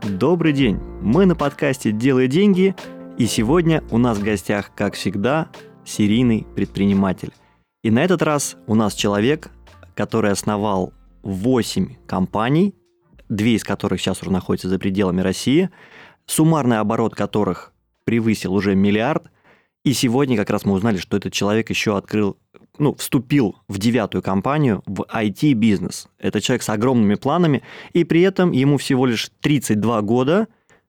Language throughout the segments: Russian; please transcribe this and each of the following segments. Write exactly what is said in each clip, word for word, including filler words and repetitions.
Добрый день! Мы на подкасте «Делай деньги», и сегодня у нас в гостях, как всегда, серийный предприниматель. И на этот раз у нас человек, который основал восемь компаний, две из которых сейчас уже находятся за пределами России, суммарный оборот которых превысил уже миллиард. И сегодня как раз мы узнали, что этот человек еще открыл, ну, вступил в девятую компанию, в ай ти-бизнес. Это человек с огромными планами, и при этом ему всего лишь тридцать два года.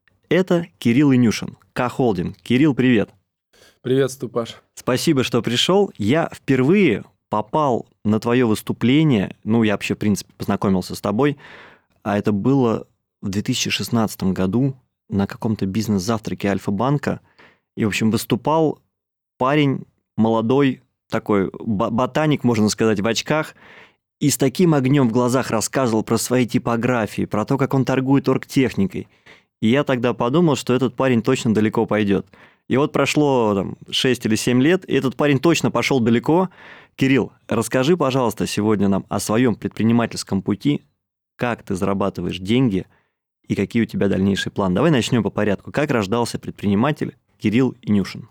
Это Кирилл Инюшин, К-холдинг. Кирилл, привет. Приветствую, Паш. Спасибо, что пришел. Я впервые попал на твое выступление, ну, я вообще, в принципе, познакомился с тобой, а это было в две тысячи шестнадцатом году на каком-то бизнес-завтраке Альфа-банка. И, в общем, выступал парень молодой, такой ботаник, можно сказать, в очках, и с таким огнем в глазах рассказывал про свои типографии, про то, как он торгует оргтехникой. И я тогда подумал, что этот парень точно далеко пойдет. И вот прошло там, шесть или семь лет, и этот парень точно пошел далеко. Кирилл, расскажи, пожалуйста, сегодня нам о своем предпринимательском пути, как ты зарабатываешь деньги и какие у тебя дальнейшие планы. Давай начнем по порядку. Как рождался предприниматель Кирилл Инюшин?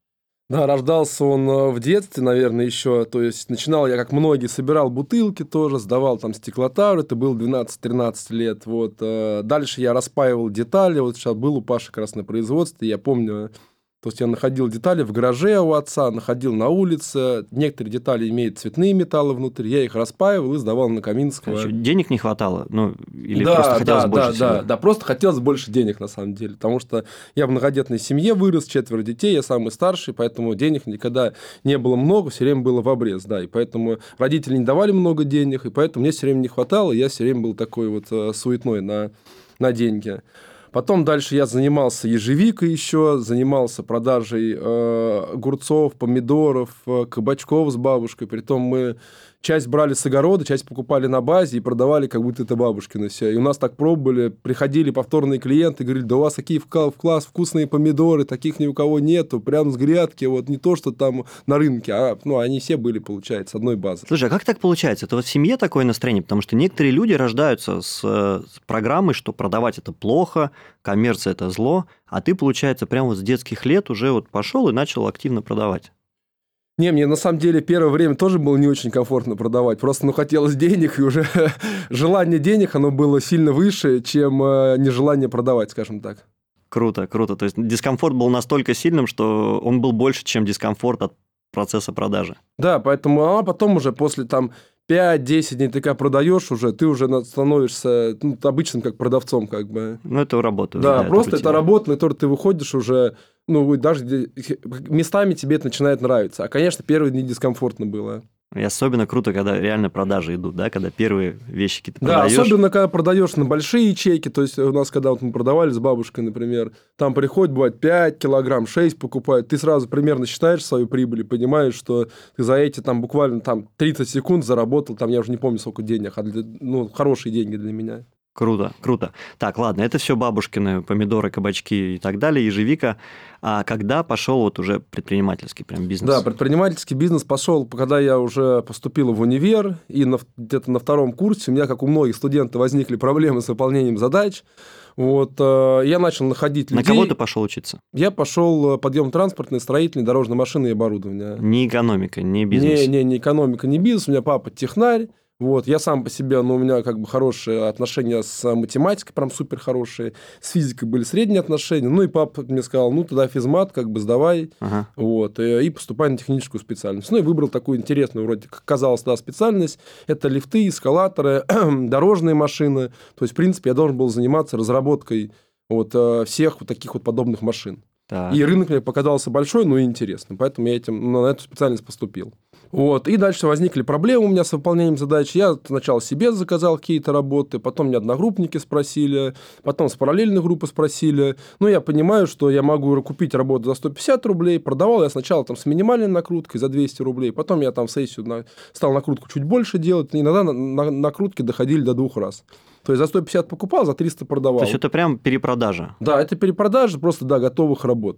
Да, рождался он в детстве, наверное, еще. То есть начинал я, как многие, собирал бутылки тоже, сдавал там стеклотар, это было двенадцать-тринадцать лет. Вот. Дальше я распаивал детали. Вот сейчас был у Паши как раз на производстве, я помню. То есть я находил детали в гараже у отца, находил на улице. Некоторые детали имеют цветные металлы внутри. Я их распаивал и сдавал на Каминского. А что, денег не хватало? Ну, или да, просто хотелось да, больше да, всего? Да, да, просто хотелось больше денег, на самом деле. Потому что я в многодетной семье вырос, четверо детей, я самый старший, поэтому денег никогда не было много, все время было в обрез. Да, и поэтому родители не давали много денег, и поэтому мне все время не хватало, и я все время был такой вот суетной на, на деньги. Потом дальше я занимался ежевикой еще, занимался продажей э, огурцов, помидоров, э, кабачков с бабушкой. Притом мы часть брали с огорода, часть покупали на базе и продавали, как будто это бабушкино все. И у нас так пробовали, приходили повторные клиенты, говорили, да у вас такие в класс вкусные помидоры, таких ни у кого нету, прям с грядки, вот не то, что там на рынке, а ну, они все были, получается, одной базы. Слушай, а как так получается? Это вот в семье такое настроение? Потому что некоторые люди рождаются с, с программой, что продавать это плохо, коммерция это зло, а ты, получается, прямо вот с детских лет уже вот пошел и начал активно продавать. Не, мне на самом деле первое время тоже было не очень комфортно продавать. Просто, ну, хотелось денег, и уже желание денег, оно было сильно выше, чем э, нежелание продавать, скажем так. Круто, круто. То есть дискомфорт был настолько сильным, что он был больше, чем дискомфорт от процесса продажи. Да, поэтому, а потом уже после там пять-десять дней ты когда продаешь уже, ты уже становишься ну, обычным как продавцом, как бы. Ну, это работа. Да, да, просто это, это работа, на которой ты выходишь уже, ну, даже местами тебе это начинает нравиться. А, конечно, первые дни дискомфортно было. И особенно круто, когда реально продажи идут, да, когда первые вещи какие-то да, продаешь. Да, особенно, когда продаешь на большие ячейки, то есть у нас, когда вот мы продавали с бабушкой, например, там приходит, бывает, пять килограмм, шесть покупают, ты сразу примерно считаешь свою прибыль и понимаешь, что ты за эти там буквально там тридцать секунд заработал, там я уже не помню, сколько денег, а для, ну, хорошие деньги для меня. Круто, круто. Так, ладно, это все бабушкины помидоры, кабачки и так далее, ежевика. А когда пошел вот уже предпринимательский прям бизнес? Да, предпринимательский бизнес пошел, когда я уже поступил в универ, и на, где-то на втором курсе у меня, как у многих студентов, возникли проблемы с выполнением задач. Вот, э, я начал находить людей. На кого ты пошел учиться? Я пошел подъем транспортной, строительной, дорожной машины и оборудования. Не экономика, не бизнес? Не, не, не экономика, не бизнес. У меня папа технарь. Вот, я сам по себе, ну, у меня как бы хорошие отношения с математикой, прям супер хорошие, с физикой были средние отношения, ну, и папа мне сказал, ну, тогда физмат, как бы сдавай, ага. Вот, и, и поступай на техническую специальность. Ну, и выбрал такую интересную, вроде как казалось, да, специальность, это лифты, эскалаторы, дорожные машины, то есть, в принципе, я должен был заниматься разработкой вот всех вот таких вот подобных машин. Так. И рынок мне показался большой, но и интересным, поэтому я этим, ну, на эту специальность поступил. Вот. И дальше возникли проблемы у меня с выполнением задач. Я сначала себе заказал какие-то работы, потом мне одногруппники спросили, потом с параллельной группы спросили. Ну, я понимаю, что я могу купить работу за сто пятьдесят рублей. Продавал я сначала там с минимальной накруткой за двести рублей, потом я там в сессию на... стал накрутку чуть больше делать. Иногда на... На... накрутки доходили до двух раз. То есть за сто пятьдесят покупал, за триста продавал. То есть это прям перепродажа? Да, это перепродажа просто, да, готовых работ.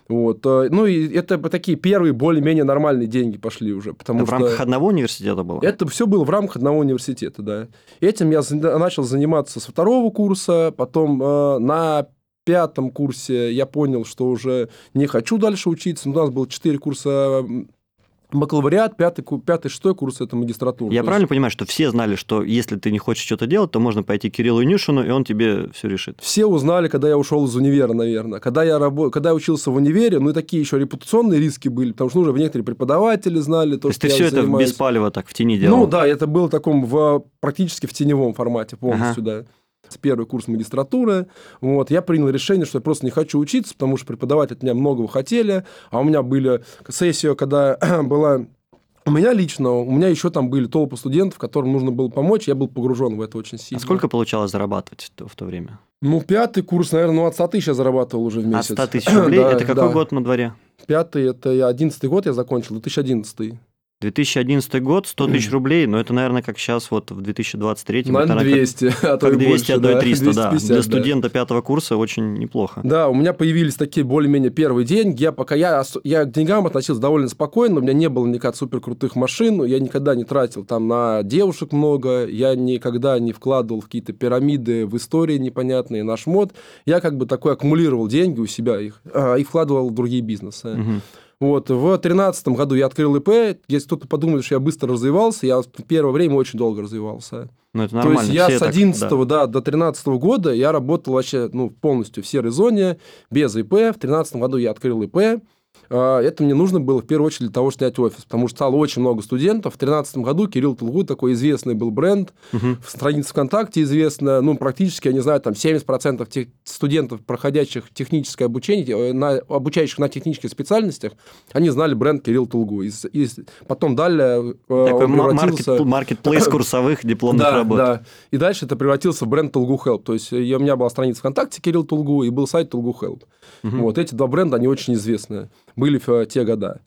Вот. Ну, и это такие первые более-менее нормальные деньги пошли уже. Потому это что в рамках одного университета было? Это все было в рамках одного университета, да. Этим я начал заниматься со второго курса, потом э, на пятом курсе я понял, что уже не хочу дальше учиться. У нас было четыре курса бакалавриат, пятый, пятый, шестой курс – это магистратура. Я То правильно есть... понимаю, что все знали, что если ты не хочешь что-то делать, то можно пойти к Кириллу Нюшину, и он тебе все решит? Все узнали, когда я ушел из универа, наверное. Когда я, раб... когда я учился в универе, ну, и такие еще репутационные риски были, потому что ну, уже некоторые преподаватели знали. То, то есть что ты я все занимаюсь... это без палева так в тени делал? Ну, да, это было в таком в... практически в теневом формате полностью, ага. да. Первый курс магистратуры, вот, я принял решение, что я просто не хочу учиться, потому что преподаватели от меня многого хотели, а у меня были сессия, когда была... У меня лично, у меня еще там были толпы студентов, которым нужно было помочь, я был погружен в это очень сильно. А сколько получалось зарабатывать в то время? Ну, пятый курс, наверное, ну, от ста тысяч я зарабатывал уже в месяц. От ста тысяч рублей? Да, это какой да. год на дворе? Пятый, это я одиннадцатый год я закончил, две тысячи одиннадцатый. две тысячи одиннадцатый год, сто тысяч рублей, но это, наверное, как сейчас вот в две тысячи двадцать третьем. Наверное, это, двести, как, а то как и двести, больше, а то и да. триста, двести да. пятьдесят, Для да. студента пятого курса очень неплохо. Да, у меня появились такие более-менее первые деньги. Я пока я, я к деньгам относился довольно спокойно, у меня не было никаких суперкрутых машин, я никогда не тратил там на девушек много, я никогда не вкладывал в какие-то пирамиды, в истории непонятные, на шмот. Я как бы такой аккумулировал деньги у себя их и вкладывал в другие бизнесы. Угу. Вот, в тринадцатом году я открыл ИП. Если кто-то подумает, что я быстро развивался, я в первое время очень долго развивался. Ну, это нормально. То есть я Все с одиннадцатого так, да. Да, до тринадцатого года я работал вообще ну, полностью в серой зоне, без ИП. В тринадцатом году я открыл ИП. Это мне нужно было в первую очередь для того, чтобы снять офис, потому что стало очень много студентов. В тринадцатом году Кирилл Тулгу, такой известный был бренд, угу. страница ВКонтакте известная, ну, практически, я не знаю, там семьдесят процентов тех студентов, проходящих техническое обучение, на, обучающих на технических специальностях, они знали бренд Кирилл Тулгу. И, и потом далее такой он превратился... маркет, маркетплейс курсовых дипломных да, работ. Да, и дальше это превратился в бренд Тулгу Help. То есть у меня была страница ВКонтакте Кирилл Тулгу и был сайт Тулгу Help. Угу. Вот эти два бренда, они очень известные. Были в те года.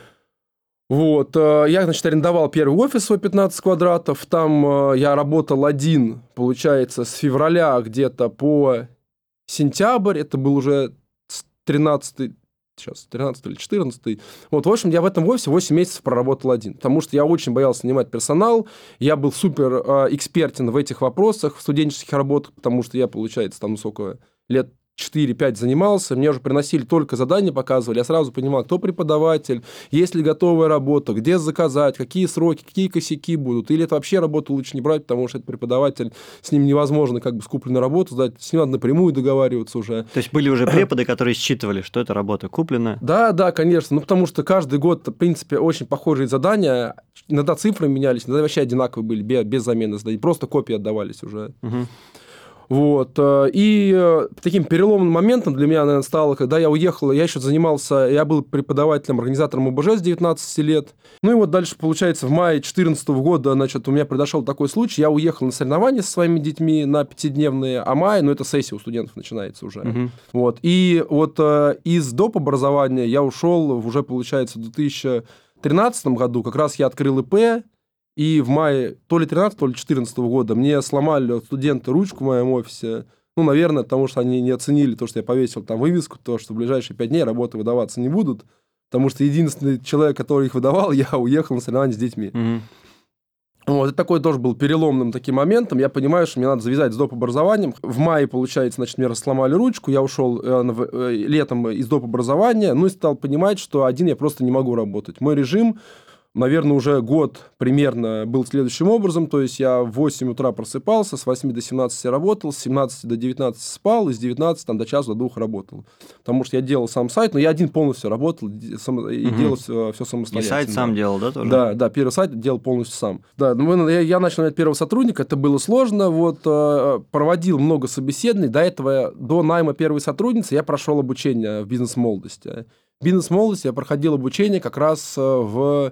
Вот. Я, значит, арендовал первый офис свой пятнадцать квадратов. Там я работал один, получается, с февраля где-то по сентябрь. Это был уже тринадцатый, сейчас, тринадцатый или четырнадцатый. Вот, в общем, я в этом офисе восемь месяцев проработал один. Потому что я очень боялся нанимать персонал. Я был супер экспертен в этих вопросах, в студенческих работах, потому что я, получается, там, ну, сколько лет... четыре-пять занимался, мне уже приносили только задания, показывали, я сразу понимал, кто преподаватель, есть ли готовая работа, где заказать, какие сроки, какие косяки будут, или это вообще работу лучше не брать, потому что это преподаватель, с ним невозможно как бы скупленную работу сдать, с ним надо напрямую договариваться уже. То есть были уже преподы, которые считывали, что эта работа куплена? Да, да, конечно, ну потому что каждый год, в принципе, очень похожие задания, иногда цифры менялись, иногда вообще одинаковые были, без, без замены заданий, просто копии отдавались уже. Угу. Вот. И таким переломным моментом для меня, наверное, стало, когда я уехал, я еще занимался, я был преподавателем, организатором ОБЖ с девятнадцати лет. Ну и вот дальше, получается, в мае две тысячи четырнадцатого года, значит, у меня произошел такой случай, я уехал на соревнования со своими детьми на пятидневные, а май, ну это сессия у студентов начинается уже. Угу. Вот. И вот из доп. Образования я ушел уже, получается, в две тысячи тринадцатом году, как раз я открыл ИП. И в мае то ли тринадцатого, то ли четырнадцатого года мне сломали студенты ручку в моем офисе. Ну, наверное, потому что они не оценили то, что я повесил там вывеску, то, что в ближайшие пять дней работы выдаваться не будут. Потому что единственный человек, который их выдавал, я уехал на соревнования с детьми. Mm-hmm. Вот, это такой тоже был переломным таким моментом. Я понимаю, что мне надо завязать с доп. Образованием. В мае, получается, значит, мне сломали ручку. Я ушел э, э, летом из доп. Образования. Ну, и стал понимать, что один я просто не могу работать. Мой режим... Наверное, уже год примерно был следующим образом. То есть я в восемь утра просыпался, с восьми до семнадцати работал, с семнадцати до девятнадцати спал, и с девятнадцати там, до часа, до двух работал. Потому что я делал сам сайт, но я один полностью работал и угу. делал все, все самостоятельно. И сайт сам делал, да, тоже? Да, да, первый сайт делал полностью сам. Да, ну, я, я начал нанять первого сотрудника, это было сложно. Вот, проводил много собеседований. До этого, до найма первой сотрудницы я прошел обучение в бизнес-молодости. В бизнес-молодости я проходил обучение как раз в...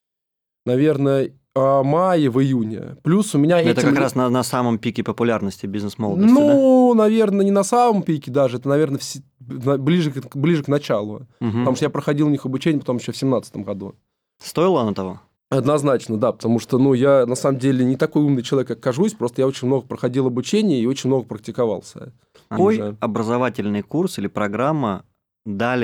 наверное, в мае, в июне. Плюс у меня... Это этим... как раз на, на самом пике популярности бизнес-молодости, Ну, да? наверное, не на самом пике даже, это, наверное, в... ближе, к... ближе к началу. Угу. Потому что я проходил у них обучение потом еще в семнадцатом году. Стоило оно того? Однозначно, да, потому что, ну, я, на самом деле, не такой умный человек, как кажусь, просто я очень много проходил обучение и очень много практиковался. Какой уже... образовательный курс или программа дали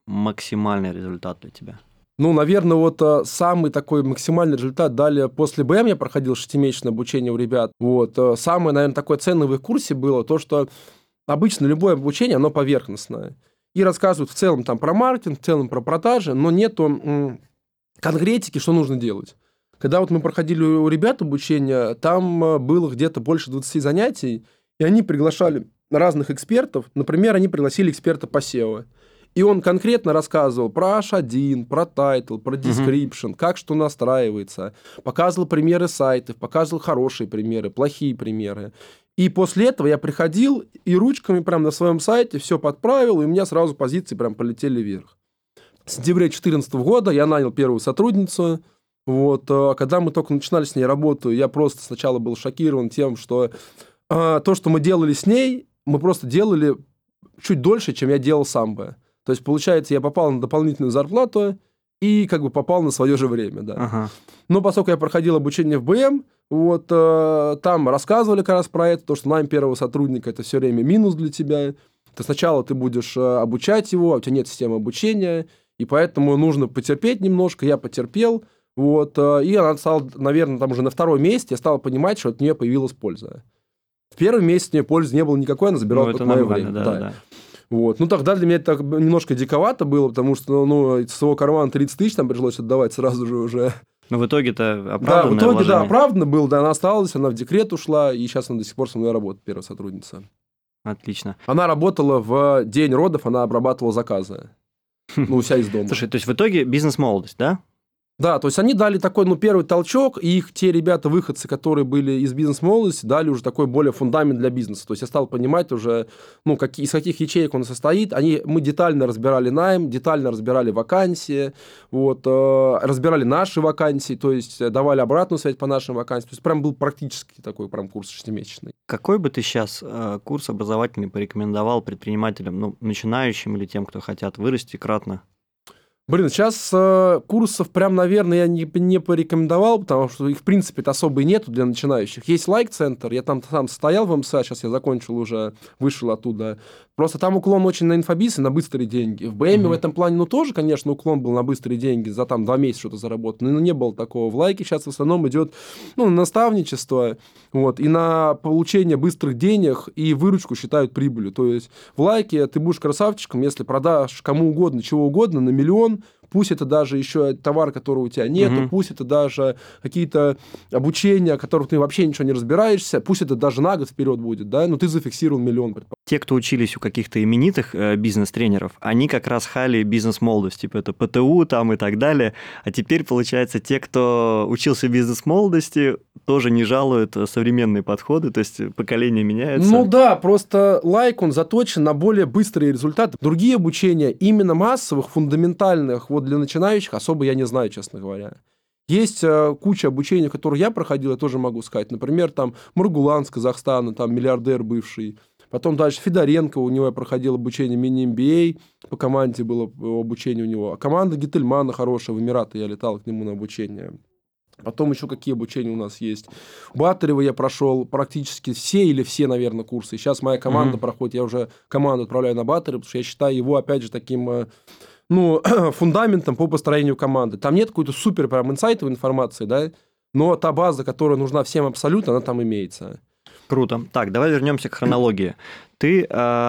максимальный результат для тебя? Ну, наверное, вот а, самый такой максимальный результат дали после БМ. Я проходил шестимесячное обучение у ребят. Вот. А, самое, наверное, такое ценное в их курсе было то, что обычно любое обучение, оно поверхностное. И рассказывают в целом там про маркетинг, в целом про продажи, но нету м, конкретики, что нужно делать. Когда вот мы проходили у ребят обучение, там а, было где-то больше двадцати занятий, и они приглашали разных экспертов. Например, они пригласили эксперта по сео. И он конкретно рассказывал про эйч один, про тайтл, про description, uh-huh. как что настраивается. Показывал примеры сайтов, показывал хорошие примеры, плохие примеры. И после этого я приходил и ручками прям на своем сайте все подправил, и у меня сразу позиции прям полетели вверх. В сентябре две тысячи четырнадцатого года я нанял первую сотрудницу. Вот. Когда мы только начинали с ней работу, я просто сначала был шокирован тем, что а, то, что мы делали с ней, мы просто делали чуть дольше, чем я делал сам бы. То есть, получается, я попал на дополнительную зарплату и как бы попал на свое же время, да. Ага. Но поскольку я проходил обучение в БМ, вот, э, там рассказывали как раз про это, то, что найм первого сотрудника – это все время минус для тебя. Ты сначала ты будешь э, обучать его, а у тебя нет системы обучения, и поэтому нужно потерпеть немножко. Я потерпел, вот, э, и она стала, наверное, там уже на втором месяце я стал понимать, что от нее появилась польза. В первый месяц от нее пользы не было никакой, она забирала ну, только мое время. Да, да. Да. Вот. Ну, тогда для меня это немножко диковато было, потому что, ну, из своего кармана тридцать тысяч там пришлось отдавать сразу же уже. Но в итоге-то оправданное Да, в итоге, вложение. да, оправданно было, да, она осталась, она в декрет ушла, и сейчас она до сих пор со мной работает, первая сотрудница. Отлично. Она работала в день родов, она обрабатывала заказы. Ну, у себя из дома. Слушай, то есть в итоге бизнес-молодость, да? Да, то есть они дали такой, ну, первый толчок, и их те ребята-выходцы, которые были из бизнес-молодости, дали уже такой более фундамент для бизнеса. То есть я стал понимать уже, ну, какие, из каких ячеек он состоит. Они, мы детально разбирали найм, детально разбирали вакансии, вот, э, разбирали наши вакансии, то есть давали обратную связь по нашим вакансиям. То есть прям был практически такой прям курс шестимесячный. Какой бы ты сейчас э, курс образовательный порекомендовал предпринимателям, ну, начинающим или тем, кто хотят вырасти кратно? Блин, сейчас э, курсов прям, наверное, я не, не порекомендовал, потому что их, в принципе, особо и нету для начинающих. Есть лайк-центр, я там сам стоял в МСА, сейчас я закончил уже, вышел оттуда. Просто там уклон очень на инфобиз и на быстрые деньги. В БМе uh-huh. в этом плане, ну, тоже, конечно, уклон был на быстрые деньги, за там два месяца что-то заработать, но не было такого. В лайке сейчас в основном идет, ну, на наставничество, вот, и на получение быстрых денег, и выручку считают прибылью. То есть в лайке ты будешь красавчиком, если продашь кому угодно, чего угодно на миллион, пусть это даже еще товар, которого у тебя нет, uh-huh. пусть это даже какие-то обучения, о которых ты вообще ничего не разбираешься, пусть это даже на год вперед будет, да, но ты зафиксировал миллион. Те, кто учились у каких-то именитых э, бизнес-тренеров, они как раз хали бизнес-молодость, типа это ПТУ там и так далее, а теперь, получается, те, кто учился в бизнес-молодости, тоже не жалуют современные подходы, то есть поколение меняется. Ну да, просто лайк, он заточен на более быстрые результаты. Другие обучения, именно массовых, фундаментальных, вот для начинающих, особо я не знаю, честно говоря. Есть э, куча обучений, которые я проходил, я тоже могу сказать. Например, там Маргулан с Казахстана, там миллиардер бывший. Потом дальше Федоренко, у него я проходил обучение мини-эм би эй, по команде было обучение у него. А команда Гительмана хорошая, в Эмираты я летал к нему на обучение. Потом еще какие обучения у нас есть. Батарева я прошел практически все или все, наверное, курсы. Сейчас моя команда mm-hmm. проходит, я уже команду отправляю на Батарева, потому что я считаю его, опять же, таким... ну, фундаментом по построению команды. Там нет какой-то супер прям инсайтовой информации, да, но та база, которая нужна всем абсолютно, она там имеется. Круто. Так, давай вернемся к хронологии. Ты,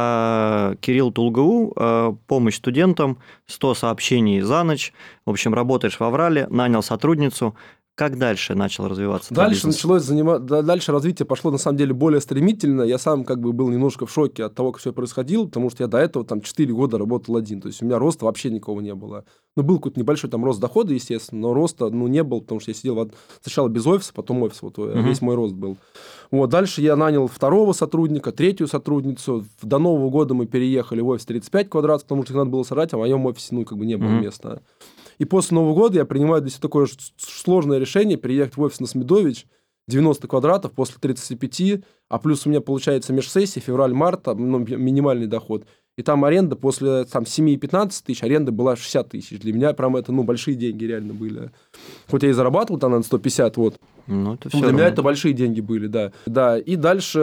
э, Кирилл ТулГУ, э, помощь студентам, сто сообщений за ночь, в общем, работаешь в Аврале, нанял сотрудницу. Как дальше начал развиваться? Дальше началось заниматься, дальше развитие пошло на самом деле более стремительно. Я сам как бы был немножко в шоке от того, как все происходило, потому что я до этого там четыре года работал один. То есть у меня роста вообще никого не было. Ну, был какой-то небольшой там рост дохода, естественно, но роста ну, не было, потому что я сидел в... сначала без офиса, потом офис. Вот uh-huh. весь мой рост был. Вот, дальше я нанял второго сотрудника, третью сотрудницу. До Нового года мы переехали в офис тридцать пять квадратов, потому что их надо было сажать, а в моем офисе ну, как бы не было uh-huh. места. И после Нового года я принимаю для себя такое сложное решение переехать в офис на Смедович, девяносто квадратов после тридцати пяти, а плюс у меня получается межсессия, февраль-март, ну, минимальный доход. И там аренда после там, семь-пятнадцать тысяч, аренда была шестьдесят тысяч. Для меня прям это ну, большие деньги реально были. Хоть я и зарабатывал там, наверное, сто пятьдесят, вот. Ну, это все Для равно. меня это большие деньги были, да. да. И дальше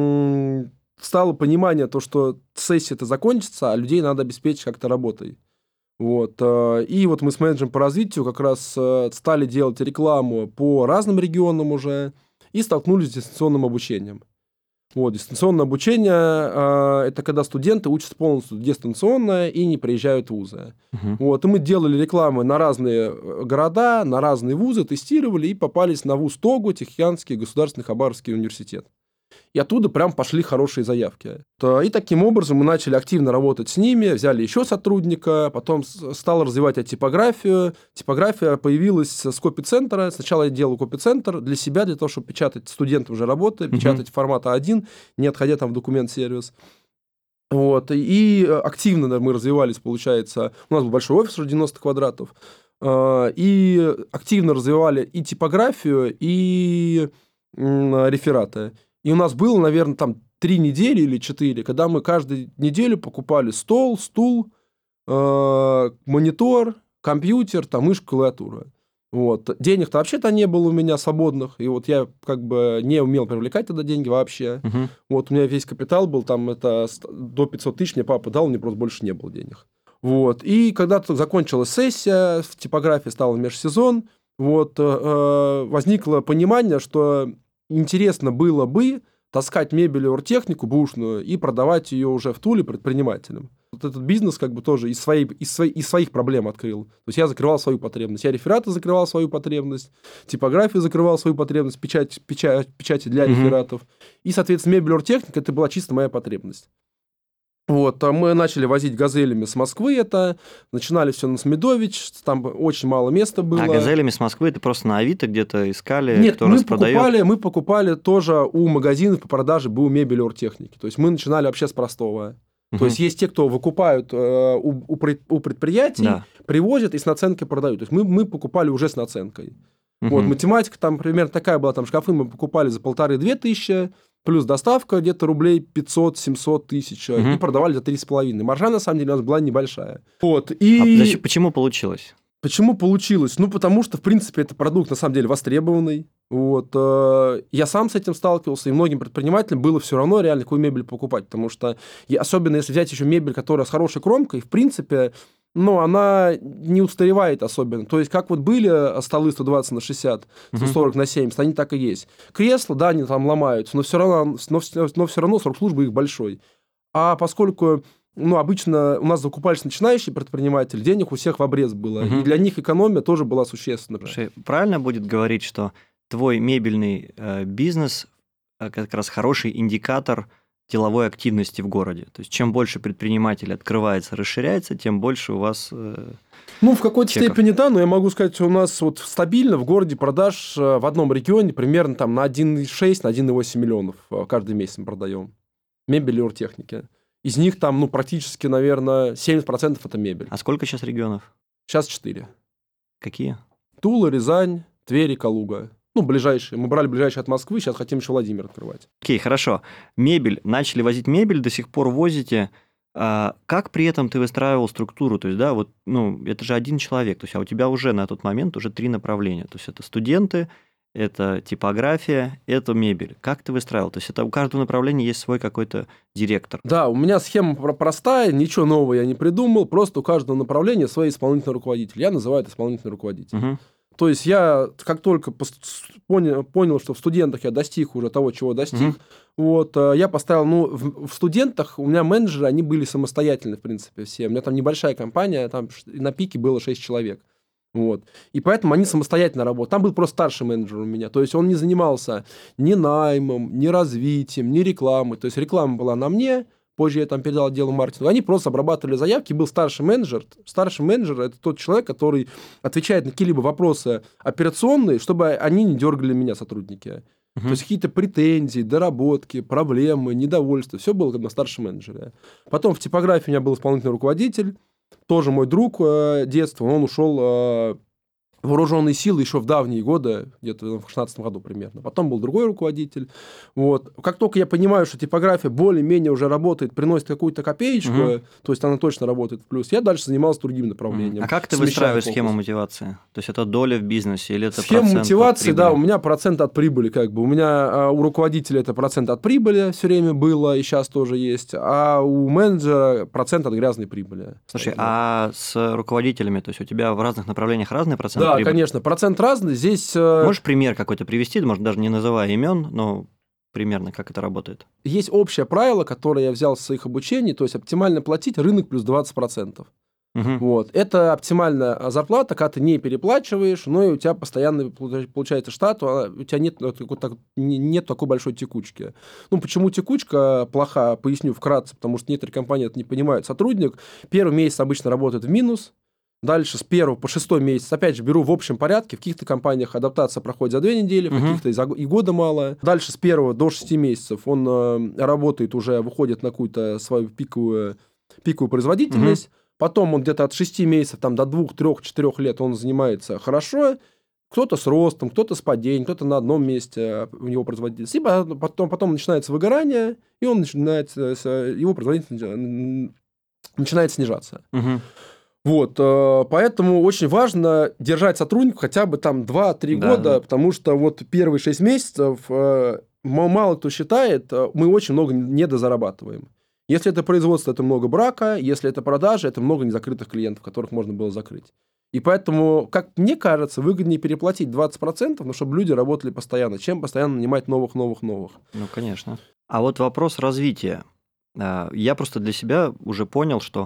м- стало понимание, то, что сессия-то закончится, а людей надо обеспечить как-то работой. Вот. И вот мы с менеджером по развитию как раз стали делать рекламу по разным регионам уже и столкнулись с дистанционным обучением. Вот, дистанционное обучение э, – это когда студенты учатся полностью дистанционно и не приезжают в вузы. Uh-huh. Вот, и мы делали рекламы на разные города, на разные вузы, тестировали и попались на вуз ТОГУ, Тихоокеанский государственный Хабаровский университет. И оттуда прям пошли хорошие заявки. И таким образом мы начали активно работать с ними, взяли еще сотрудника, потом стал развивать типографию. Типография появилась с копи-центра. Сначала я делал копи-центр для себя, для того, чтобы печатать студентам уже работы, mm-hmm. печатать формата один, не отходя там в документ-сервис. Вот. И активно мы развивались, получается. У нас был большой офис, уже девяносто квадратов. И активно развивали и типографию, и рефераты. И у нас было, наверное, там три недели или четыре, когда мы каждую неделю покупали стол, стул, э, монитор, компьютер, там, мышка, клавиатура. Вот. Денег-то вообще-то не было у меня свободных, и вот я как бы не умел привлекать тогда деньги вообще. Uh-huh. Вот у меня весь капитал был, там это до пятьсот тысяч мне папа дал, мне просто больше не было денег. Вот. И когда-то закончилась сессия, в типографии стал межсезон, вот, э, возникло понимание, что интересно было бы таскать мебель и оргтехнику бушную и продавать ее уже в Туле предпринимателям. Вот этот бизнес как бы тоже из, своей, из, своей, из своих проблем открыл. То есть я закрывал свою потребность. Я рефераты закрывал свою потребность, типографию закрывал свою потребность, печать, печать, печати для mm-hmm. рефератов. И, соответственно, мебель и оргтехника – это была чисто моя потребность. Вот, мы начали возить газелями с Москвы это, начинали все на Смедович, там очень мало места было. А газелями с Москвы это просто на Авито где-то искали, Нет, кто мы распродает? покупали, мы покупали тоже у магазинов по продаже БУ мебели и оргтехники. То есть мы начинали вообще с простого. Uh-huh. То есть есть те, кто выкупают э, у, у предприятий, да. привозят и с наценкой продают. То есть мы, мы покупали уже с наценкой. Uh-huh. Вот, математика там примерно такая была, там шкафы мы покупали за полторы-две тысячи, плюс доставка где-то рублей пятьсот-семьсот тысяч, угу. и продавали за три с половиной. Маржа, на самом деле, у нас была небольшая. Вот, и... А зачем, почему получилось? Почему получилось? Ну, потому что, в принципе, это продукт, на самом деле, востребованный. Вот. Я сам с этим сталкивался, и многим предпринимателям было все равно реально какую мебель покупать, потому что, особенно если взять еще мебель, которая с хорошей кромкой, в принципе... Но она не устаревает особенно. То есть, как вот были столы сто двадцать на шестьдесят, сто сорок на семьдесят, они так и есть. Кресла, да, они там ломаются, но все равно, но, но все равно срок службы их большой. А поскольку, ну, обычно у нас закупались начинающие предприниматели, денег у всех в обрез было. Угу. И для них экономия тоже была существенна. Слушай, правильно будет говорить, что твой мебельный э, бизнес э, как раз хороший индикатор деловой активности в городе. То есть, чем больше предпринимателей открывается, расширяется, тем больше у вас э, Ну, в какой-то чеков. степени да, но я могу сказать, что у нас вот стабильно в городе продаж в одном регионе примерно там на один и шесть, на один и восемь миллионов каждый месяц мы продаем. Мебель и оргтехники. Из них там, ну, практически, наверное, семьдесят процентов это мебель. А сколько сейчас регионов? Сейчас четыре. Какие? Тула, Рязань, Тверь и Калуга. Ну, ближайшие. Мы брали ближайшие от Москвы, сейчас хотим еще Владимир открывать. Окей, хорошо. Мебель. Начали возить мебель, до сих пор возите. А как при этом ты выстраивал структуру? То есть, да, вот, ну, это же один человек. То есть, а у тебя уже на тот момент уже три направления. То есть, это студенты, это типография, это мебель. Как ты выстраивал? То есть, это у каждого направления есть свой какой-то директор. Да, у меня схема простая, ничего нового я не придумал. Просто у каждого направления свой исполнительный руководитель. Я называю это исполнительный руководитель. Угу. То есть я, как только понял, понял, что в студентах я достиг уже того, чего достиг, mm-hmm. вот, я поставил, ну, в, в студентах у меня менеджеры, они были самостоятельны, в принципе, все. У меня там небольшая компания, там на пике было шесть человек. Вот. И поэтому они самостоятельно работали. Там был просто старший менеджер у меня. То есть он не занимался ни наймом, ни развитием, ни рекламой. То есть реклама была на мне. Позже я там передал отделу маркетинга. Они просто обрабатывали заявки. Был старший менеджер. Старший менеджер – это тот человек, который отвечает на какие-либо вопросы операционные, чтобы они не дергали меня, сотрудники. Uh-huh. То есть какие-то претензии, доработки, проблемы, недовольства. Все было как на старшем менеджере. Потом в типографии у меня был исполнительный руководитель. Тоже мой друг э, детства. Он ушел э, в вооруженные силы еще в давние годы, где-то в шестнадцатом году примерно. Потом был другой руководитель. Вот. Как только я понимаю, что типография более-менее уже работает, приносит какую-то копеечку, угу. то есть она точно работает в плюс, я дальше занимался другим направлением. А как ты выстраиваешь схему мотивации? То есть это доля в бизнесе или это Схема процент от мотивации, прибыли? да, у меня процент от прибыли как бы. У меня, у руководителя это процент от прибыли все время было, и сейчас тоже есть, а у менеджера процент от грязной прибыли. Слушай, а с руководителями, то есть у тебя в разных направлениях разный процент Да, прибыли? конечно, процент разный. Здесь... Можешь пример какой-то привести, может, даже не называя имен, но примерно как это работает? Есть общее правило, которое я взял с своих обучений, то есть оптимально платить рынок плюс двадцать процентов. Угу. Вот. Это оптимальная зарплата, когда ты не переплачиваешь, но и у тебя постоянно получается штат, у тебя нет, нет такой большой текучки. Ну, почему текучка плоха, поясню вкратце, потому что некоторые компании это не понимают. Сотрудник первый месяц обычно работает в минус, дальше с первого по шестой месяц, опять же, беру в общем порядке, в каких-то компаниях адаптация проходит за две недели, в каких-то и года мало. Дальше с первого до шести месяцев он э, работает уже, выходит на какую-то свою пиковую, пиковую производительность. Uh-huh. Потом он где-то от шести месяцев там, до двух, трех, четырех лет он занимается хорошо. Кто-то с ростом, кто-то с падением, кто-то на одном месте у него производительность. И потом, потом начинается выгорание, и он начинает, его производительность начинает снижаться. Uh-huh. Вот, поэтому очень важно держать сотрудника хотя бы там два-три да, года, да. Потому что вот первые шесть месяцев мало кто считает, мы очень много недозарабатываем. Если это производство, это много брака, если это продажи, это много незакрытых клиентов, которых можно было закрыть. И поэтому, как мне кажется, выгоднее переплатить двадцать процентов, но чтобы люди работали постоянно, чем постоянно нанимать новых, новых, новых. Ну, конечно. А вот вопрос развития. Я просто для себя уже понял, что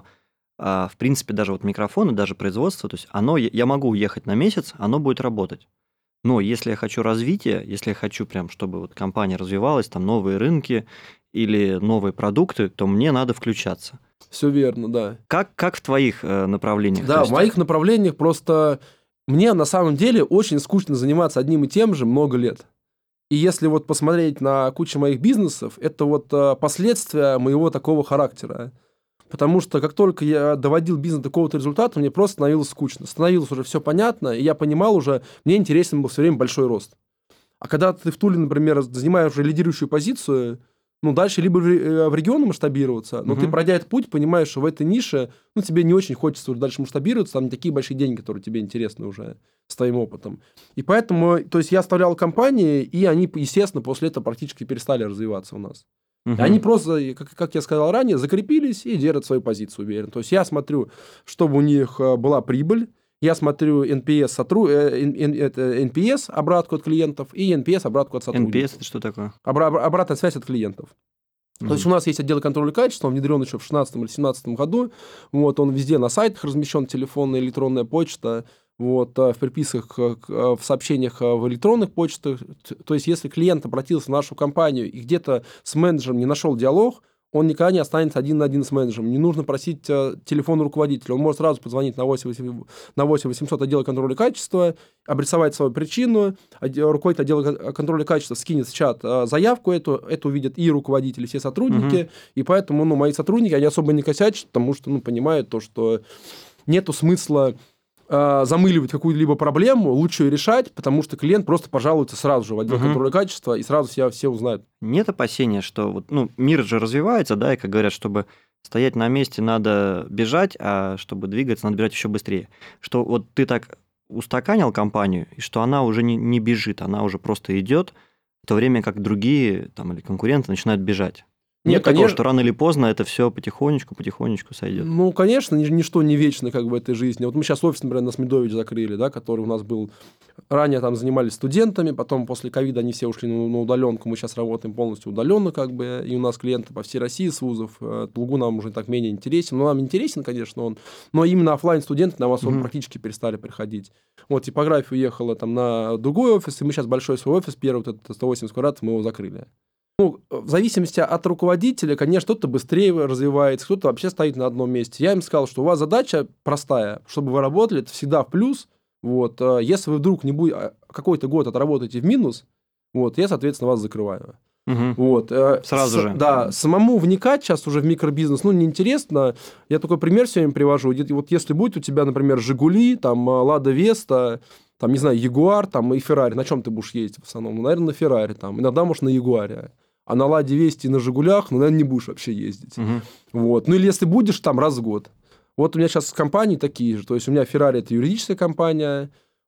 в принципе, даже вот микрофоны, даже производство, то есть оно, я могу уехать на месяц, оно будет работать. Но если я хочу развития, если я хочу прям, чтобы вот компания развивалась, там новые рынки или новые продукты, то мне надо включаться. Все верно, да. Как, как в твоих направлениях? Да, есть... в моих направлениях просто мне на самом деле очень скучно заниматься одним и тем же много лет. И если вот посмотреть на кучу моих бизнесов, это вот последствия моего такого характера. Потому что как только я доводил бизнес до какого-то результата, мне просто становилось скучно. Становилось уже все понятно, и я понимал уже, мне интересен был все время большой рост. А когда ты в Туле, например, занимаешь уже лидирующую позицию, ну, дальше либо в регионы масштабироваться, но uh-huh. ты, пройдя этот путь, понимаешь, что в этой нише, ну, тебе не очень хочется уже дальше масштабироваться, там не такие большие деньги, которые тебе интересны уже с твоим опытом. И поэтому, то есть я оставлял компании, и они, естественно, после этого практически перестали развиваться у нас. Uh-huh. Они просто, как, как я сказал ранее, закрепились и держат свою позицию уверенно. То есть я смотрю, чтобы у них была прибыль, я смотрю эн пи эс, сотру... эн пи эс обратку от клиентов и эн пи эс обратку от сотрудников. эн пи эс это что такое? Обра... Обратная связь от клиентов. Uh-huh. То есть у нас есть отдел контроля качества, он внедрен еще в шестнадцатом или семнадцатом году. Вот, он везде на сайтах размещен, телефонная, электронная почта. Вот, в приписках, в сообщениях в электронных почтах. То есть, если клиент обратился в нашу компанию и где-то с менеджером не нашел диалог, он никогда не останется один на один с менеджером. Не нужно просить телефон руководителя. Он может сразу позвонить на восемь восемьсот отдела контроля качества, обрисовать свою причину. Руководитель отдела контроля качества скинет в чат заявку эту, это увидят и руководители, все сотрудники. Uh-huh. И поэтому ну, мои сотрудники, они особо не косячат, потому что ну, понимают то, что нету смысла замыливать какую-либо проблему, лучше ее решать, потому что клиент просто пожалуется сразу же в отдел uh-huh. контроля качества, и сразу все, все узнают. Нет опасения, что вот, ну, мир же развивается, да, и, как говорят, чтобы стоять на месте, надо бежать, а чтобы двигаться, надо бежать еще быстрее. Что вот ты так устаканил компанию, и что она уже не, не бежит, она уже просто идет, в то время как другие там, или конкуренты начинают бежать. Нет, Нет такого, конечно... что рано или поздно это все потихонечку, потихонечку сойдет. Ну, конечно, ничто не вечно как в этой жизни. Вот мы сейчас офис, например, на Смедович закрыли, да, который у нас был... Ранее там занимались студентами, потом после ковида они все ушли на удаленку, мы сейчас работаем полностью удаленно, как бы, и у нас клиенты по всей России с вузов. Тулгу нам уже так менее интересен. Ну, нам интересен, конечно, он, но именно офлайн студенты нам особо mm-hmm. практически перестали приходить. Вот типография уехала там на другой офис, и мы сейчас большой свой офис, первый, вот этот сто восемьдесят квадратов, мы его закрыли. Ну, в зависимости от руководителя, конечно, кто-то быстрее развивается, кто-то вообще стоит на одном месте. Я им сказал, что у вас задача простая, чтобы вы работали, это всегда в плюс. Вот. Если вы вдруг не будете, какой-то год отработаете в минус, вот, я, соответственно, вас закрываю. Угу. Вот. Сразу С, же. Да, самому вникать сейчас уже в микробизнес, ну, неинтересно. Я такой пример сегодня привожу. Вот если будет у тебя, например, «Жигули», там, «Лада Веста», там, не знаю, «Ягуар» там, и «Феррари», на чем ты будешь ездить в основном? Ну, наверное, на «Феррари», там, иногда, может, на «Ягуаре». А на «Ладе Весте» и на «Жигулях», ну, наверное, не будешь вообще ездить. Угу. Вот. Ну, или если будешь, там, раз в год. Вот у меня сейчас компании такие же. То есть, у меня «Феррари» – это юридическая компания,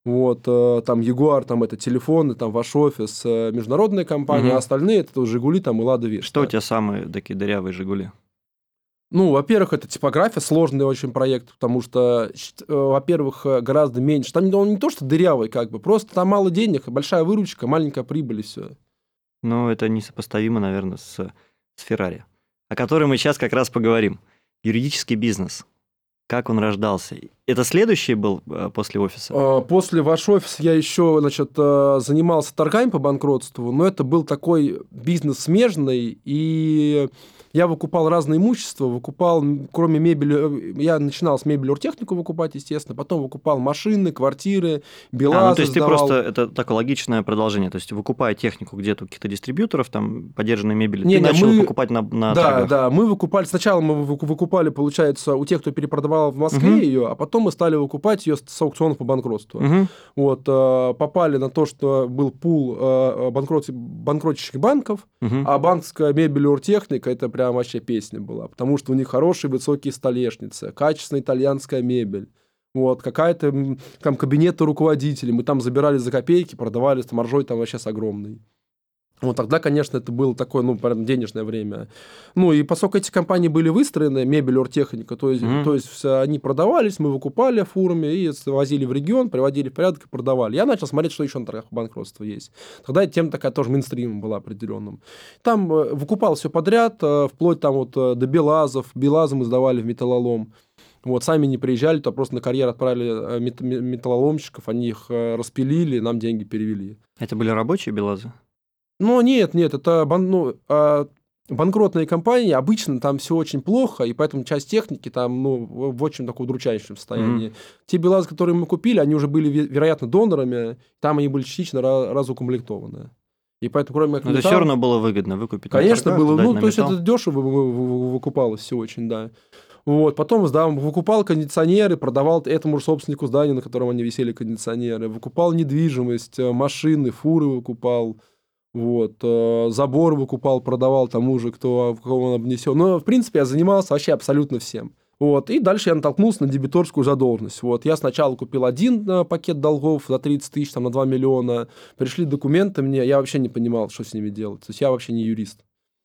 Вот, там Jaguar, там это телефоны, там ваш офис, международная компания, угу. а остальные это Жигули, там и Лада Веста. Что у тебя самые такие дырявые Жигули? Ну, во-первых, это типография, сложный очень проект, потому что, во-первых, гораздо меньше. Там он не то, что дырявый, как бы, просто там мало денег, большая выручка, маленькая прибыль и все. Ну, это несопоставимо, наверное, с, с Феррари, о которой мы сейчас как раз поговорим. Юридический бизнес. Как он рождался? Это следующий был после офиса? После ваш офис я еще, значит, занимался торгами по банкротству, но это был такой бизнес смежный, и я выкупал разное имущество, выкупал, кроме мебели, я начинал с мебели оргтехнику выкупать, естественно, потом выкупал машины, квартиры, белазы. А, ну, то есть сдавал. Ты просто, это такое логичное продолжение, то есть выкупая технику где-то у каких-то дистрибьюторов, там, подержанной мебели, не, ты не, начал мы... покупать на, на да, торгах. Да, мы выкупали, сначала мы выкупали, получается, у тех, кто перепродавал в Москве угу. ее, а потом мы стали выкупать ее с аукционов по банкротству. Угу. Вот, попали на то, что был пул банкрот... банкротящих банков, угу. а банковская мебель и оргтехника – это прям вообще песня была, потому что у них хорошие высокие столешницы, качественная итальянская мебель, вот, какая-то там кабинеты руководителей, мы там забирали за копейки, продавали, там маржой там вообще с огромной. Вот тогда, конечно, это было такое, ну, прям денежное время. Ну, и поскольку эти компании были выстроены, мебель, оргтехника, то есть, mm-hmm. то есть они продавались, мы выкупали фурами и возили в регион, приводили в порядок и продавали. Я начал смотреть, что еще на торгах банкротства есть. Тогда эта тема такая тоже мейнстримом была определенным. Там выкупал все подряд, вплоть там вот до Белазов. Белазы мы сдавали в металлолом. Вот, сами не приезжали, то просто на карьер отправили металлоломщиков, они их распилили, нам деньги перевели. Это были рабочие Белазы? Ну, нет, нет, это бан, ну, а, банкротные компании, обычно там все очень плохо, и поэтому часть техники там, ну, в очень таком удручающем состоянии. Mm-hmm. Те Белазы, которые мы купили, они уже были, вероятно, донорами, там они были частично разукомплектованы. И поэтому, кроме как металл... Это все равно было выгодно выкупить. Конечно, торгах, было. Ну, то металл. есть это дешево выкупалось все очень, да. Вот, потом, да, выкупал кондиционеры, продавал этому же собственнику здания, на котором они висели, кондиционеры, выкупал недвижимость, машины, фуры выкупал. Вот, э, забор выкупал, продавал тому же, кто, в кого он обнесет. Но, в принципе, я занимался вообще абсолютно всем. Вот, и дальше я натолкнулся на дебиторскую задолженность. Вот, я сначала купил один э, пакет долгов за тридцать тысяч, там, на два миллиона. Пришли документы мне, я вообще не понимал, что с ними делать. То есть я вообще не юрист.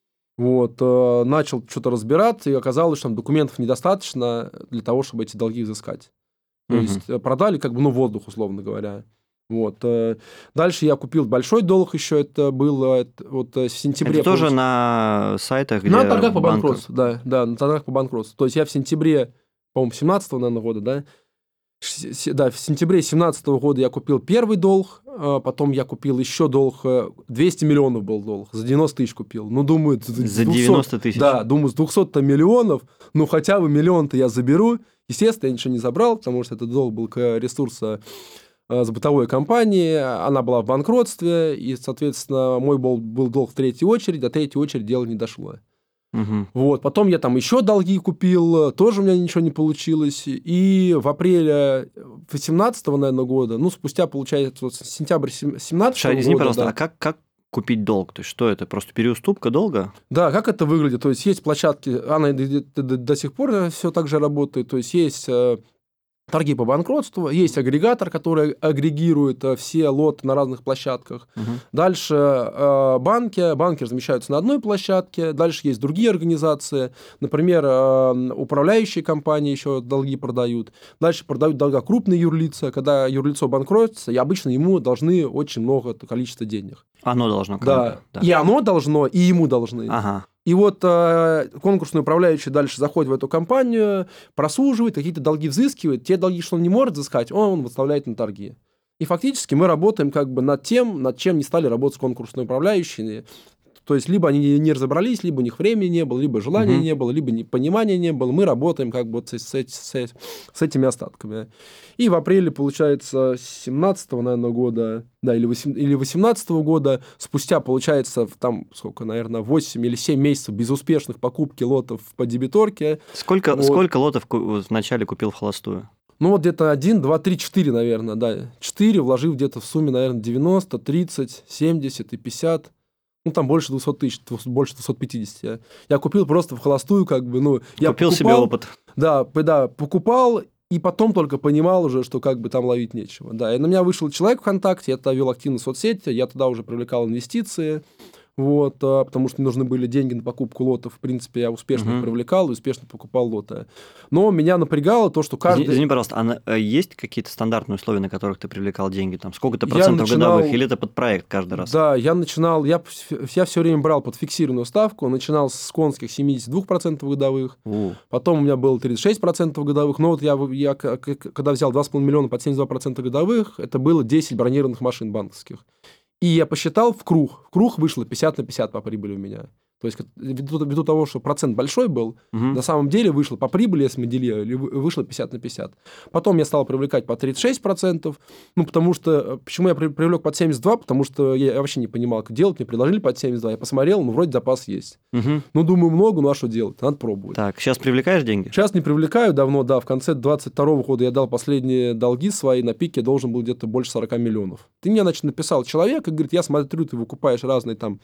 Вот, э, начал что-то разбираться, и оказалось, что там документов недостаточно для того, чтобы эти долги взыскать. То угу. есть продали как бы, ну, воздух, условно говоря. Вот. Дальше я купил большой долг еще, это было вот в сентябре. Это тоже на сайтах, где... На торгах по банкротству, да, да, на торгах по банкротству. То есть я в сентябре, по-моему, семнадцатого, наверное, года, да, да, в сентябре семнадцатого года я купил первый долг, потом я купил еще долг, двести миллионов был долг, за девяносто тысяч купил. Ну, думаю... За девяносто тысяч? Да, думаю, с двухсот миллионов, ну, хотя бы миллион-то я заберу. Естественно, я ничего не забрал, потому что этот долг был к ресурсу с бытовой компании, она была в банкротстве, и, соответственно, мой был, был долг в третьей очереди, до третьей очереди дело не дошло. Угу. Вот, потом я там еще долги купил, тоже у меня ничего не получилось, и в апреле восемнадцатого, наверное, года, ну, спустя, получается, вот, сентябрь семнадцатого года... Извини, пожалуйста, да. а как, как купить долг? То есть, что это, просто переуступка долга? Да, как это выглядит? То есть, есть площадки, она до, до, до сих пор все так же работает, то есть, есть... торги по банкротству, есть агрегатор, который агрегирует все лоты на разных площадках. Угу. Дальше э, банки, банки размещаются на одной площадке, дальше есть другие организации, например, э, управляющие компании еще долги продают, дальше продают долга крупные юрлица, когда юрлицо банкротится, и обычно ему должны очень много количества денег. Оно должно. Да. да, и оно должно, и ему должны. Ага. И вот э, конкурсный управляющий дальше заходит в эту компанию, прослуживает, какие-то долги взыскивает. Те долги, что он не может взыскать, он выставляет на торги. И фактически мы работаем как бы над тем, над чем не стали работать конкурсные управляющие. То есть, либо они не разобрались, либо у них времени не было, либо желания угу. не было, либо понимания не было. Мы работаем как бы с, с, с, с этими остатками. И в апреле, получается, семнадцатого, наверное, года, да, или восемнадцатого года, спустя, получается, там, сколько, наверное, восемь или семь месяцев безуспешных покупки лотов по дебиторке. Сколько, вот. сколько лотов вначале купил в холостую? Ну, вот где-то один, два, три, четыре, наверное, да. четыре, вложив где-то в сумме, наверное, девяносто, тридцать, семьдесят и пятьдесят. Ну, там больше двухсот тысяч, больше двухсот пятидесяти. Я, я купил просто в холостую, как бы, ну... Я купил покупал, себе опыт. Да, да, покупал, И потом только понимал уже, что как бы там ловить нечего. Да, и на меня вышел человек ВКонтакте, я тогда вел активно соцсети, я тогда уже привлекал инвестиции, вот, потому что мне нужны были деньги на покупку лотов. В принципе, я успешно Мгм. их привлекал и успешно покупал лоты. Но меня напрягало то, что каждый... Извини, извини, пожалуйста, а на- а есть какие-то стандартные условия, на которых ты привлекал деньги? Там сколько-то Я процентов начинал- годовых? Или это под проект каждый раз? Да, я начинал, я, я все время брал под фиксированную ставку, начинал с конских семьдесят два процента годовых, У, потом у меня было тридцать шесть процентов годовых, но вот я, я к- к- когда взял два с половиной миллиона под семьдесят два процента годовых, это было десять бронированных машин банковских. И я посчитал в круг, в круг вышло пятьдесят на пятьдесят по прибыли у меня. То есть ввиду, ввиду того, что процент большой был, мгм. на самом деле вышло по прибыли, если мы делили, вы- вышло пятьдесят на пятьдесят. Потом я стал привлекать по тридцать шесть процентов, ну, потому что... Почему я при- привлек под семьдесят два? Потому что я вообще не понимал, как делать. Мне предложили под семьдесят два, я посмотрел, ну, вроде запас есть. Мгм. Ну, думаю, много, ну, а что делать? Надо пробовать. Так, сейчас привлекаешь деньги? Сейчас не привлекаю давно, да, в конце двадцать второго года я дал последние долги свои, на пике я должен был где-то больше сорок миллионов. Ты мне, значит, написал человек и говорит, я смотрю, ты выкупаешь разные там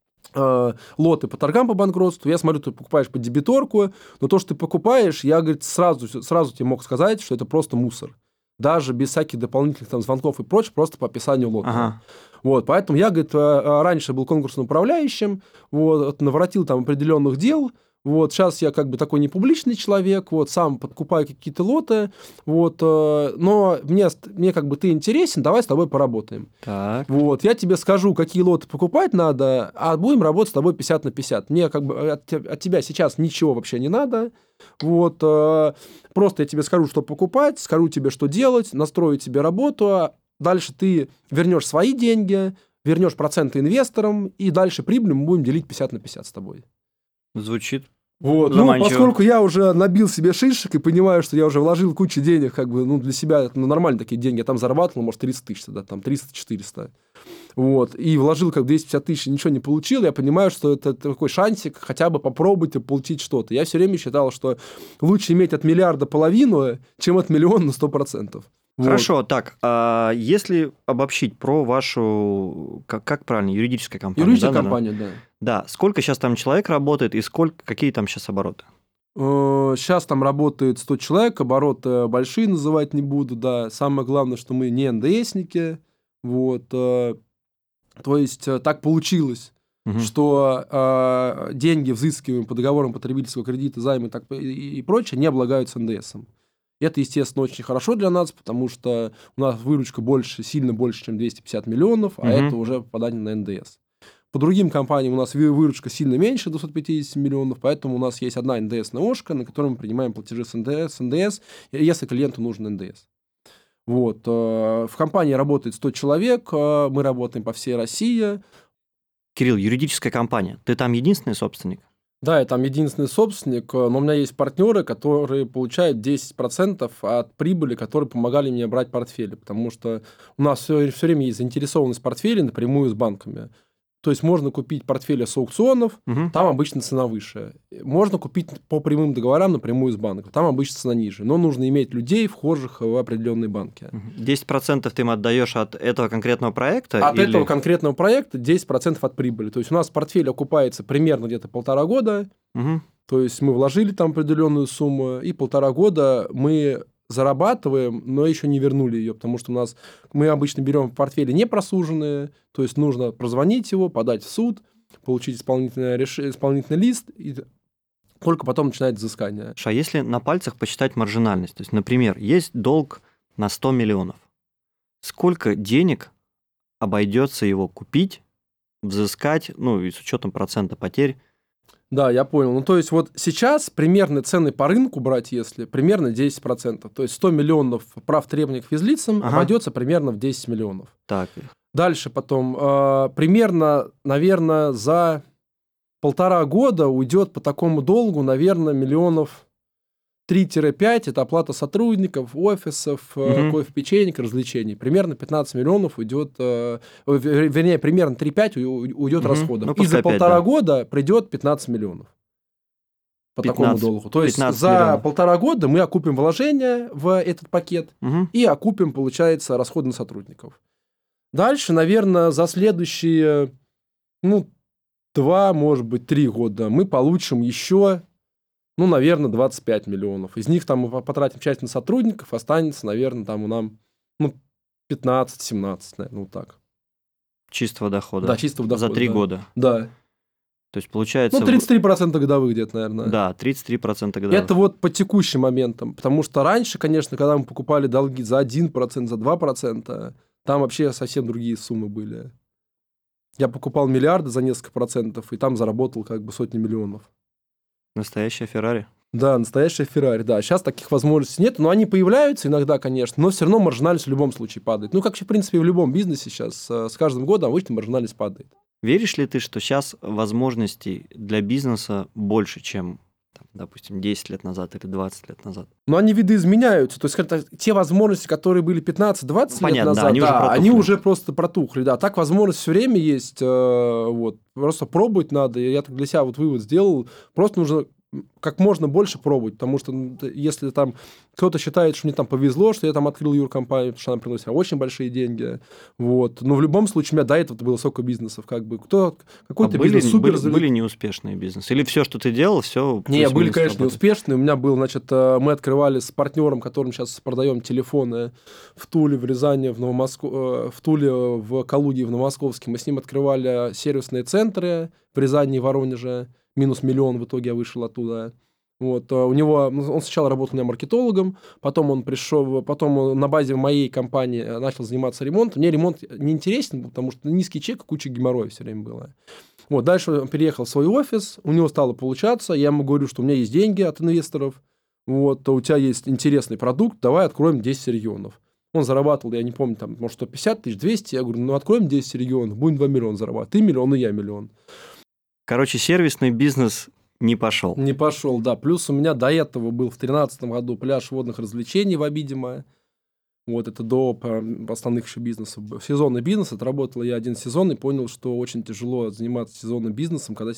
э, лоты по торгам по банкротству, я смотрю, ты покупаешь под дебиторку, но то, что ты покупаешь, я, говорит, сразу, сразу тебе мог сказать, что это просто мусор. Даже без всяких дополнительных там звонков и прочее, просто по описанию лота. Ага. Вот, поэтому я, говорит, э, раньше был конкурсным управляющим, вот, наворотил там определенных дел, вот, сейчас я как бы такой непубличный человек, вот, сам подкупаю какие-то лоты, вот, э, но мне, мне как бы ты интересен, давай с тобой поработаем. Так. Вот, я тебе скажу, какие лоты покупать надо, а будем работать с тобой пятьдесят на пятьдесят. Мне как бы от, те- от тебя сейчас ничего вообще не надо, вот, э, просто я тебе скажу, что покупать, скажу тебе, что делать, настрою тебе работу, а дальше ты вернешь свои деньги, вернешь проценты инвесторам, и дальше прибыль мы будем делить пятьдесят на пятьдесят с тобой. Звучит. Вот. Ну, Заманчиво. поскольку я уже набил себе шишек и понимаю, что я уже вложил кучу денег, как бы, ну, для себя, ну, нормально такие деньги, я там зарабатывал, может, тридцать тысяч, да, там, триста-четыреста. Вот, и вложил как двести пятьдесят тысяч, ничего не получил, я понимаю, что это такой шансик хотя бы попробовать и получить что-то. Я все время считал, что лучше иметь от миллиарда половину, чем от миллиона на сто процентов. Вот. Хорошо, так, а если обобщить про вашу, как, как правильно, юридическая компания? Юридическая да, наверное? компания, да. Да, сколько сейчас там человек работает и сколько, какие там сейчас обороты? Сейчас там работает сто человек, обороты большие называть не буду, да. Самое главное, что мы не эн дэ эсники, вот. э, То есть э, так получилось, Мгм. что э, деньги, взыскиваемые по договорам потребительского кредита, займы так, и, и прочее, не облагаются эн дэ эсом. Это, естественно, очень хорошо для нас, потому что у нас выручка больше, сильно больше, чем двести пятьдесят миллионов, а Мгм. это уже попадание на эн дэ эс. По другим компаниям у нас вы- выручка сильно меньше, двести пятьдесят миллионов, поэтому у нас есть одна эн дэ эсная ошка, на которой мы принимаем платежи с эн дэ эс, эн дэ эс, если клиенту нужен эн дэ эс. Вот. э, В компании работает сто человек, э, мы работаем по всей России. Кирилл, юридическая компания, ты там единственный собственник? Да, я там единственный собственник, э, но у меня есть партнеры, которые получают десять процентов от прибыли, которые помогали мне брать портфели, потому что у нас все, все время есть заинтересованность портфелей напрямую с банками. То есть можно купить портфели с аукционов, Мгм. там обычно цена выше. Можно купить по прямым договорам напрямую с банком, там обычно цена ниже. Но нужно иметь людей, вхожих в определенные банки. Мгм. десять процентов ты им отдаешь от этого конкретного проекта? От или- этого конкретного проекта десять процентов от прибыли. То есть у нас портфель окупается примерно где-то полтора года. Мгм. То есть мы вложили там определенную сумму, и полтора года мы зарабатываем, но еще не вернули ее, потому что у нас мы обычно берем портфели не просуженные, то есть нужно прозвонить его, подать в суд, получить исполнительное реш... исполнительный лист, и только потом начинает взыскание. А если на пальцах посчитать маржинальность, то есть, например, есть долг на сто миллионов, сколько денег обойдется его купить, взыскать, ну и с учетом процента потерь? Да, я понял. Ну, то есть вот сейчас примерно цены по рынку брать, если, примерно десять процентов. То есть сто миллионов прав требований к физлицам Ага. обойдется примерно в десять миллионов. Так, Дальше потом, э, примерно, наверное, за полтора года уйдет по такому долгу, наверное, миллионов три-пять. Это оплата сотрудников, офисов, э, Мгм. кофе, печенье, развлечений. Примерно пятнадцать миллионов уйдет, э, вер- вернее, примерно три-пять у- уйдет Мгм. расходов. Ну, И пускай за пять, полтора да. года придет пятнадцать миллионов. По такому пятнадцать долгу. То есть пятнадцать за миллионов. полтора года мы окупим вложения в этот пакет Мгм. и окупим, получается, расходы на сотрудников. Дальше, наверное, за следующие, ну, два, может быть, три года мы получим еще Ну, наверное, двадцать пять миллионов. Из них там мы потратим часть на сотрудников, останется, наверное, там у нас ну, пятнадцать-семнадцать, наверное, вот так. Чистого дохода? Да, чистого дохода. За три да. года? Да. То есть, получается... Ну, тридцать три процента годовых где-то, наверное. Да, тридцать три процента годовых. Это вот по текущим моментам. Потому что раньше, конечно, когда мы покупали долги за один процент, за два процента, там вообще совсем другие суммы были. Я покупал миллиарды за несколько процентов, и там заработал как бы сотни миллионов. Настоящая Феррари. Да, настоящая Феррари, да. Сейчас таких возможностей нет, но они появляются иногда, конечно, но все равно маржинальность в любом случае падает. Ну, как, в принципе, в любом бизнесе сейчас с каждым годом обычно маржинальность падает. Веришь ли ты, что сейчас возможностей для бизнеса больше, чем, там, допустим, десять лет назад или двадцать лет назад? Но они видоизменяются. То есть, скажем так, те возможности, которые были пятнадцать-двадцать ну, лет понятно, назад, да, они, да, уже они уже просто протухли. Да. Так возможность все время есть. Э, вот. Просто пробовать надо. Я так для себя вот вывод сделал. Просто нужно как можно больше пробовать, потому что если там кто-то считает, что мне там повезло, что я там открыл юркомпанию, потому что она приносит очень большие деньги, вот. Но в любом случае у меня до этого было столько бизнесов, как бы кто какой-то а были, бизнес супер были, были неуспешные бизнесы? Или все, что ты делал, все? Не, были, конечно, неуспешные. У меня был, значит, мы открывали с партнером, которым сейчас продаем телефоны в Туле, в Рязани, в Новомоск... в Туле, в Калуге, в Новомосковске. Мы с ним открывали сервисные центры в Рязани и Воронеже. Минус миллион в итоге я вышел оттуда. Вот, у него, он сначала работал у меня маркетологом, потом он пришел, потом он на базе моей компании начал заниматься ремонтом. Мне ремонт не интересен был, потому что низкий чек и куча геморроя все время было. Вот, дальше он переехал в свой офис, у него стало получаться, я ему говорю, что у меня есть деньги от инвесторов, вот, у тебя есть интересный продукт, давай откроем десять регионов. Он зарабатывал, я не помню, там, может, сто пятьдесят тысяч, двести, я говорю, ну, откроем десять регионов, будем два миллиона зарабатывать, ты миллион, и я миллион. Короче, сервисный бизнес не пошел. Не пошел, да. Плюс у меня до этого был в тринадцатом году пляж водных развлечений в Обидимо. Вот это до основных еще бизнесов. Сезонный бизнес. Отработал я один сезон и понял, что очень тяжело заниматься сезонным бизнесом, когда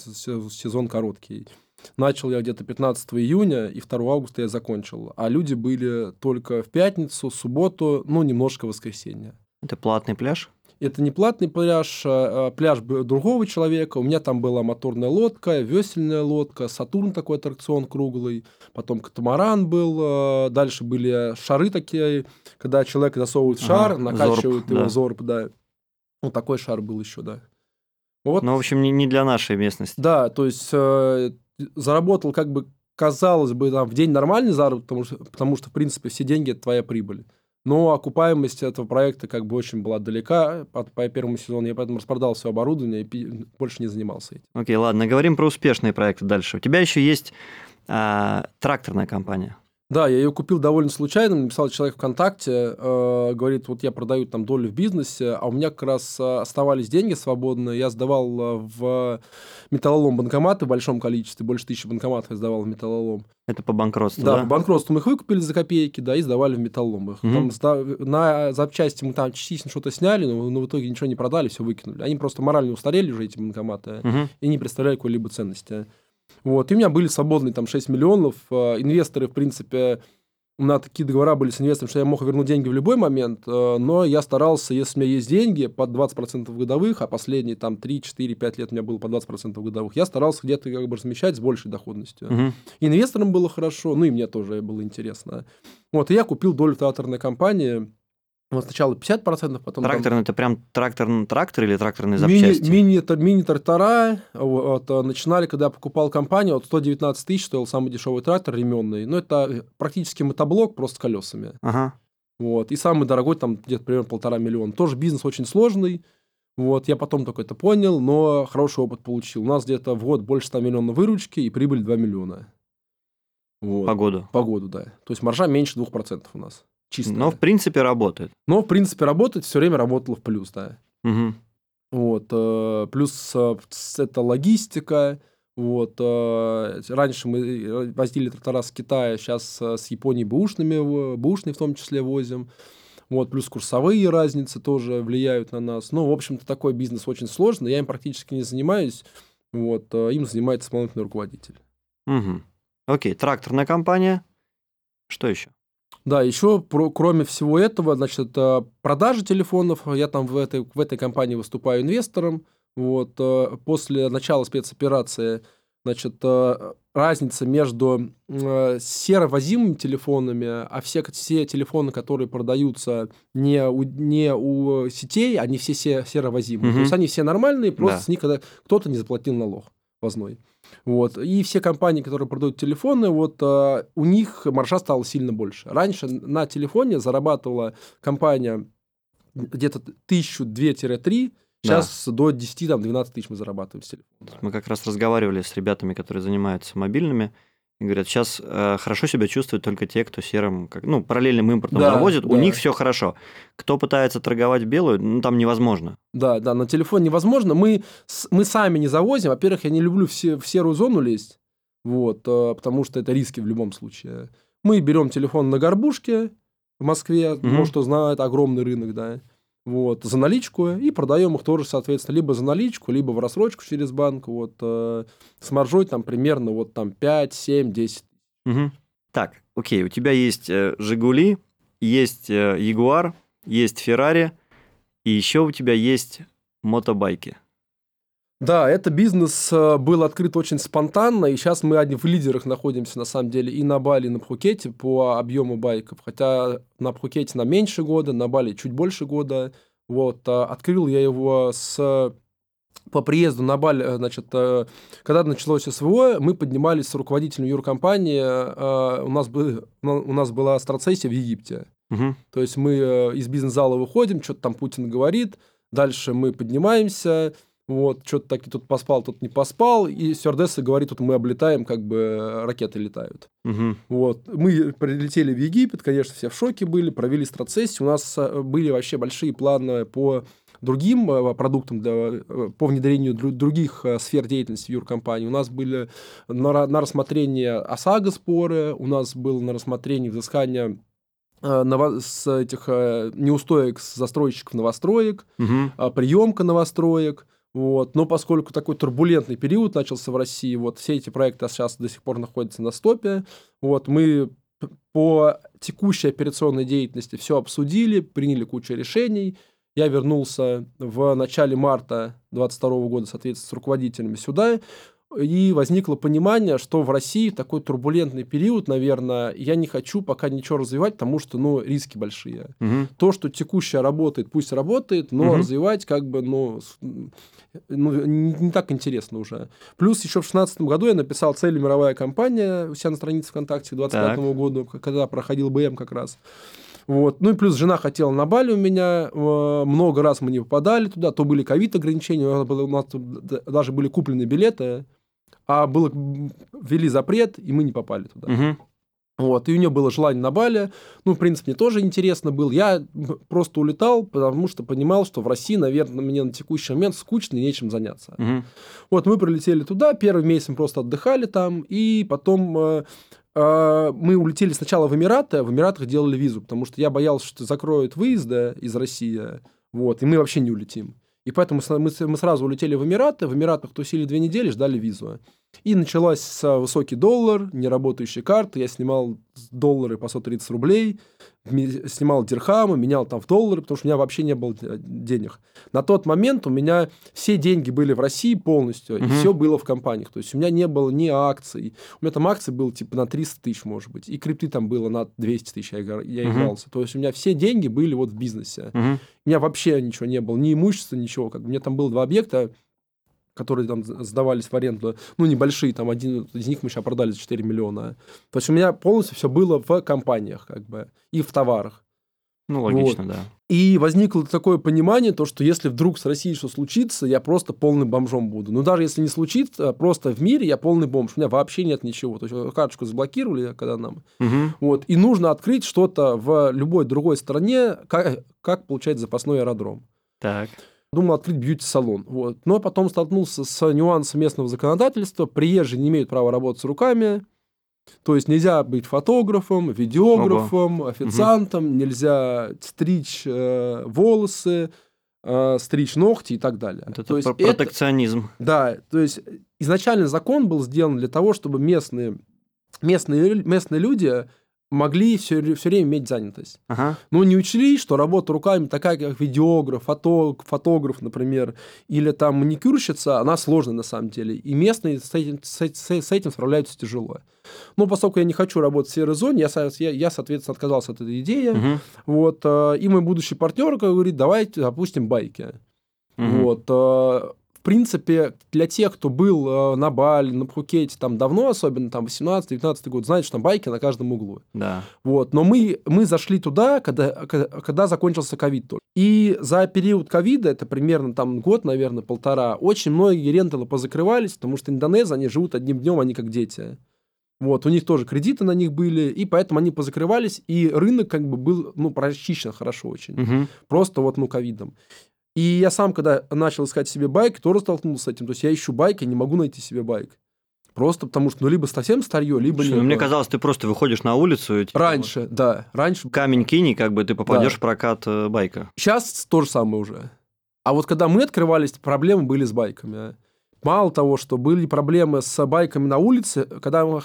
сезон короткий. Начал я где-то пятнадцатого июня, и второго августа я закончил. А люди были только в пятницу, субботу, ну, немножко в воскресенье. Это платный пляж? Это не платный пляж, а пляж другого человека. У меня там была моторная лодка, весельная лодка, Сатурн такой аттракцион круглый, потом катамаран был, дальше были шары такие, когда человек засовывает шар, ага, накачивает зорб, его да. зорб, да. Вот такой шар был еще, да. Вот. Ну, в общем, не, не для нашей местности. Да, то есть э, заработал, как бы, казалось бы, там, в день нормальный заработок, потому что, потому что, в принципе, все деньги – это твоя прибыль. Но окупаемость этого проекта как бы очень была далека по, по первому сезону. Я поэтому распродал все оборудование и больше не занимался этим. Окей, ладно, говорим про успешные проекты дальше. У тебя еще есть а, тракторная компания. Да, я ее купил довольно случайно. Написал человек ВКонтакте, э, говорит, вот я продаю там долю в бизнесе, а у меня как раз оставались деньги свободные. Я сдавал в металлолом банкоматы в большом количестве, больше тысячи банкоматов я сдавал в металлолом. Это по банкротству, да? Да, по банкротству мы их выкупили за копейки, да, и сдавали в металлолом. Их. Угу. Там, сда... На запчасти мы там частично что-то сняли, но, но в итоге ничего не продали, все выкинули. Они просто морально устарели уже, эти банкоматы, угу. и не представляли какой-либо ценности. Вот, и у меня были свободные там шесть миллионов. Инвесторы, в принципе, у меня такие договора были с инвестором, что я мог вернуть деньги в любой момент, но я старался, если у меня есть деньги под двадцать процентов годовых, а последние там три, четыре, пять лет у меня было по двадцать процентов годовых, я старался где-то как бы размещать с большей доходностью. Угу. Инвесторам было хорошо, ну и мне тоже было интересно. Вот, и я купил долю в тракторной компании. Вот сначала пятьдесят процентов, потом... Тракторный, там... это прям трактор, трактор или тракторные запчасти? Мини, мини, мини-трактора. Вот, начинали, когда я покупал компанию, вот сто девятнадцать тысяч стоил самый дешевый трактор ременный. Ну, это практически мотоблок, просто с колесами. Ага. Вот, и самый дорогой, там где-то примерно полтора миллиона. Тоже бизнес очень сложный. Вот, я потом только это понял, но хороший опыт получил. У нас где-то в год больше ста миллионов выручки и прибыль два миллиона. Вот. По году? По году, да. То есть маржа меньше двух процентов у нас. Чисто. Но, в принципе, работает. Но, в принципе, работает, все время работало в плюс, да. Угу. Вот, э, плюс э, это логистика. Вот, э, раньше мы возили трактора с Китая, сейчас э, с Японии бэушными, бэушные в том числе возим. Вот, плюс курсовые разницы тоже влияют на нас. Ну, в общем-то, такой бизнес очень сложный. Я им практически не занимаюсь. Вот, э, им занимается исполнительный руководитель. Угу. Окей, тракторная компания. Что еще? Да, еще про, кроме всего этого, значит, продажи телефонов. Я там в этой, в этой компании выступаю инвестором. Вот, после начала спецоперации значит, э, разница между э, серовозимыми телефонами, а все, все телефоны, которые продаются не у, не у сетей, они все се- серовозимые. Мгм. То есть они все нормальные, просто Да. с них когда кто-то не заплатил налог ввозной. Вот. И все компании, которые продают телефоны, вот, э, у них маржа стала сильно больше. Раньше на телефоне зарабатывала компания где-то тысячу, две-три, Да. сейчас до десяти-двенадцати тысяч мы зарабатываем с телефона. Мы как раз разговаривали с ребятами, которые занимаются мобильными, и говорят, сейчас э, хорошо себя чувствуют только те, кто серым, как, ну, параллельным импортом Да, завозит, у да. них все хорошо. Кто пытается торговать в белую, ну, там невозможно. Да, да, на телефон невозможно. Мы, с- мы сами не завозим. Во-первых, я не люблю в, се- в серую зону лезть, вот, э, потому что это риски в любом случае. Мы берем телефон на горбушке в Москве, Мгм. может, кто знает, огромный рынок, да, вот, за наличку, и продаем их тоже, соответственно, либо за наличку, либо в рассрочку через банк, вот, э, с маржой там примерно вот там пять, семь, десять. Мгм. Так, окей, у тебя есть э, «Жигули», есть э, «Ягуар», есть «Феррари», и еще у тебя есть мотобайки. Да, это бизнес э, был открыт очень спонтанно, и сейчас мы одни в лидерах находимся, на самом деле, и на Бали, и на Пхукете по объему байков. Хотя на Пхукете на меньше года, на Бали чуть больше года. Вот, а, открыл я его с... По приезду на Бали, э, значит, э, когда началось СВО, мы поднимались с руководителем юркомпании, э, у нас, был, у нас была страцессия в Египте. Мгм. То есть мы э, из бизнес-зала выходим, что-то там Путин говорит, дальше мы поднимаемся, вот, что-то таки тут поспал, тут не поспал, и стюардесса говорит, тут мы облетаем, как бы э, ракеты летают. Мгм. Вот. Мы прилетели в Египет, конечно, все в шоке были, провели страцессию. У нас э, были вообще большие планы по другим э, продуктам, для, э, по внедрению дру- других э, сфер деятельности в юркомпании. У нас были на, ра- на рассмотрение ОСАГО споры, у нас было на рассмотрение взыскания э, ново- с этих э, неустоек с застройщиков новостроек, Мгм. а, приемка новостроек. Вот. Но поскольку такой турбулентный период начался в России, вот все эти проекты сейчас до сих пор находятся на стопе. Вот. Мы п- по текущей операционной деятельности все обсудили, приняли кучу решений. Я вернулся в начале марта двадцать второго года, соответственно, с руководителями сюда. И возникло понимание, что в России такой турбулентный период, наверное, я не хочу пока ничего развивать, потому что, ну, риски большие. Мгм. То, что текущее работает, пусть работает, но Мгм. развивать как бы, ну, с- ну, не, не так интересно уже. Плюс еще в шестнадцатом году я написал «Цель и мировая компания» у себя на странице ВКонтакте к двадцать пятому году, когда проходил БМ как раз. Вот. Ну и плюс жена хотела на Бали у меня, э, много раз мы не попадали туда, то были ковид-ограничения, у нас, было- у нас тут д- даже были куплены билеты, а было, м, ввели запрет, и мы не попали туда. Мгм. Вот, и у нее было желание на Бали. Ну, в принципе, мне тоже интересно было. Я м, просто улетал, потому что понимал, что в России, наверное, мне на текущий момент скучно и нечем заняться. Мгм. Вот, мы прилетели туда, первый месяц мы просто отдыхали там, и потом э, э, мы улетели сначала в Эмираты, а в Эмиратах делали визу, потому что я боялся, что закроют выезды из России, вот, и мы вообще не улетим. И поэтому с- мы, с- мы сразу улетели в Эмираты, в Эмиратах тусили две недели, ждали визу. И началась с высокий доллар, неработающие карты. Я снимал доллары по сто тридцать рублей, ми- снимал дирхамы, менял там в доллары, потому что у меня вообще не было э, денег. На тот момент у меня все деньги были в России полностью, и Мгм. все было в компаниях. То есть у меня не было ни акций. У меня там акций было типа на триста тысяч, может быть. И крипты там было на двести тысяч, я, игра- я Мгм. игрался. То есть у меня все деньги были вот в бизнесе. Мгм. У меня вообще ничего не было, ни имущества, ничего. Как бы у меня там было два объекта, которые там з- сдавались в аренду, ну, небольшие, там один из них мы сейчас продали за четыре миллиона. То есть у меня полностью все было в компаниях, как бы, и в товарах. Ну, логично, да. И возникло такое понимание, то, что если вдруг с Россией что случится, я просто полным бомжом буду. Но даже если не случится, просто в мире я полный бомж. У меня вообще нет ничего. То есть карточку заблокировали, когда нам... Мгм. Вот. И нужно открыть что-то в любой другой стране, как, как получать запасной аэродром. Так. Думал открыть бьюти-салон. Вот. Но потом столкнулся с нюансом местного законодательства. Приезжие не имеют права работать с руками. То есть нельзя быть фотографом, видеографом, официантом, нельзя стричь э, волосы, э, стричь ногти и так далее. Вот это То есть про- протекционизм. да, то есть изначально закон был сделан для того, чтобы местные, местные, местные люди могли все, все время иметь занятость. Ага. Но не учли, что работа руками, такая как видеограф, фото, фотограф, например, или там маникюрщица, она сложная на самом деле. И местные с этим, с, с этим справляются тяжело. Но поскольку я не хочу работать в серой зоне, я, я, я соответственно, отказался от этой идеи. Угу. Вот, и мой будущий партнер говорит, давайте запустим байки. Угу. Вот. В принципе, для тех, кто был на Бали, на Пхукете там давно, особенно там восемнадцатый-девятнадцатый год, знают, что там байки на каждом углу. Да. Вот. Но мы, мы зашли туда, когда, когда закончился ковид только. И за период ковида, это примерно там год, наверное, полтора, очень многие ренталы позакрывались, потому что индонезы, они живут одним днем, они как дети. Вот. У них тоже кредиты на них были, и поэтому они позакрывались, и рынок как бы был, ну, прочищен хорошо очень. Угу. Просто вот, ну, ковидом. И я сам, когда начал искать себе байк, тоже столкнулся с этим. То есть я ищу байк, и не могу найти себе байк. Просто потому что, ну, либо совсем старье, либо нет. Ну, мне казалось, ты просто выходишь на улицу... И, типа, раньше, вот, да. Раньше... Камень кинь, и как бы ты попадешь да. в прокат байка. Сейчас то же самое уже. А вот когда мы открывались, проблемы были с байками. Мало того, что были проблемы с байками на улице, когда мы,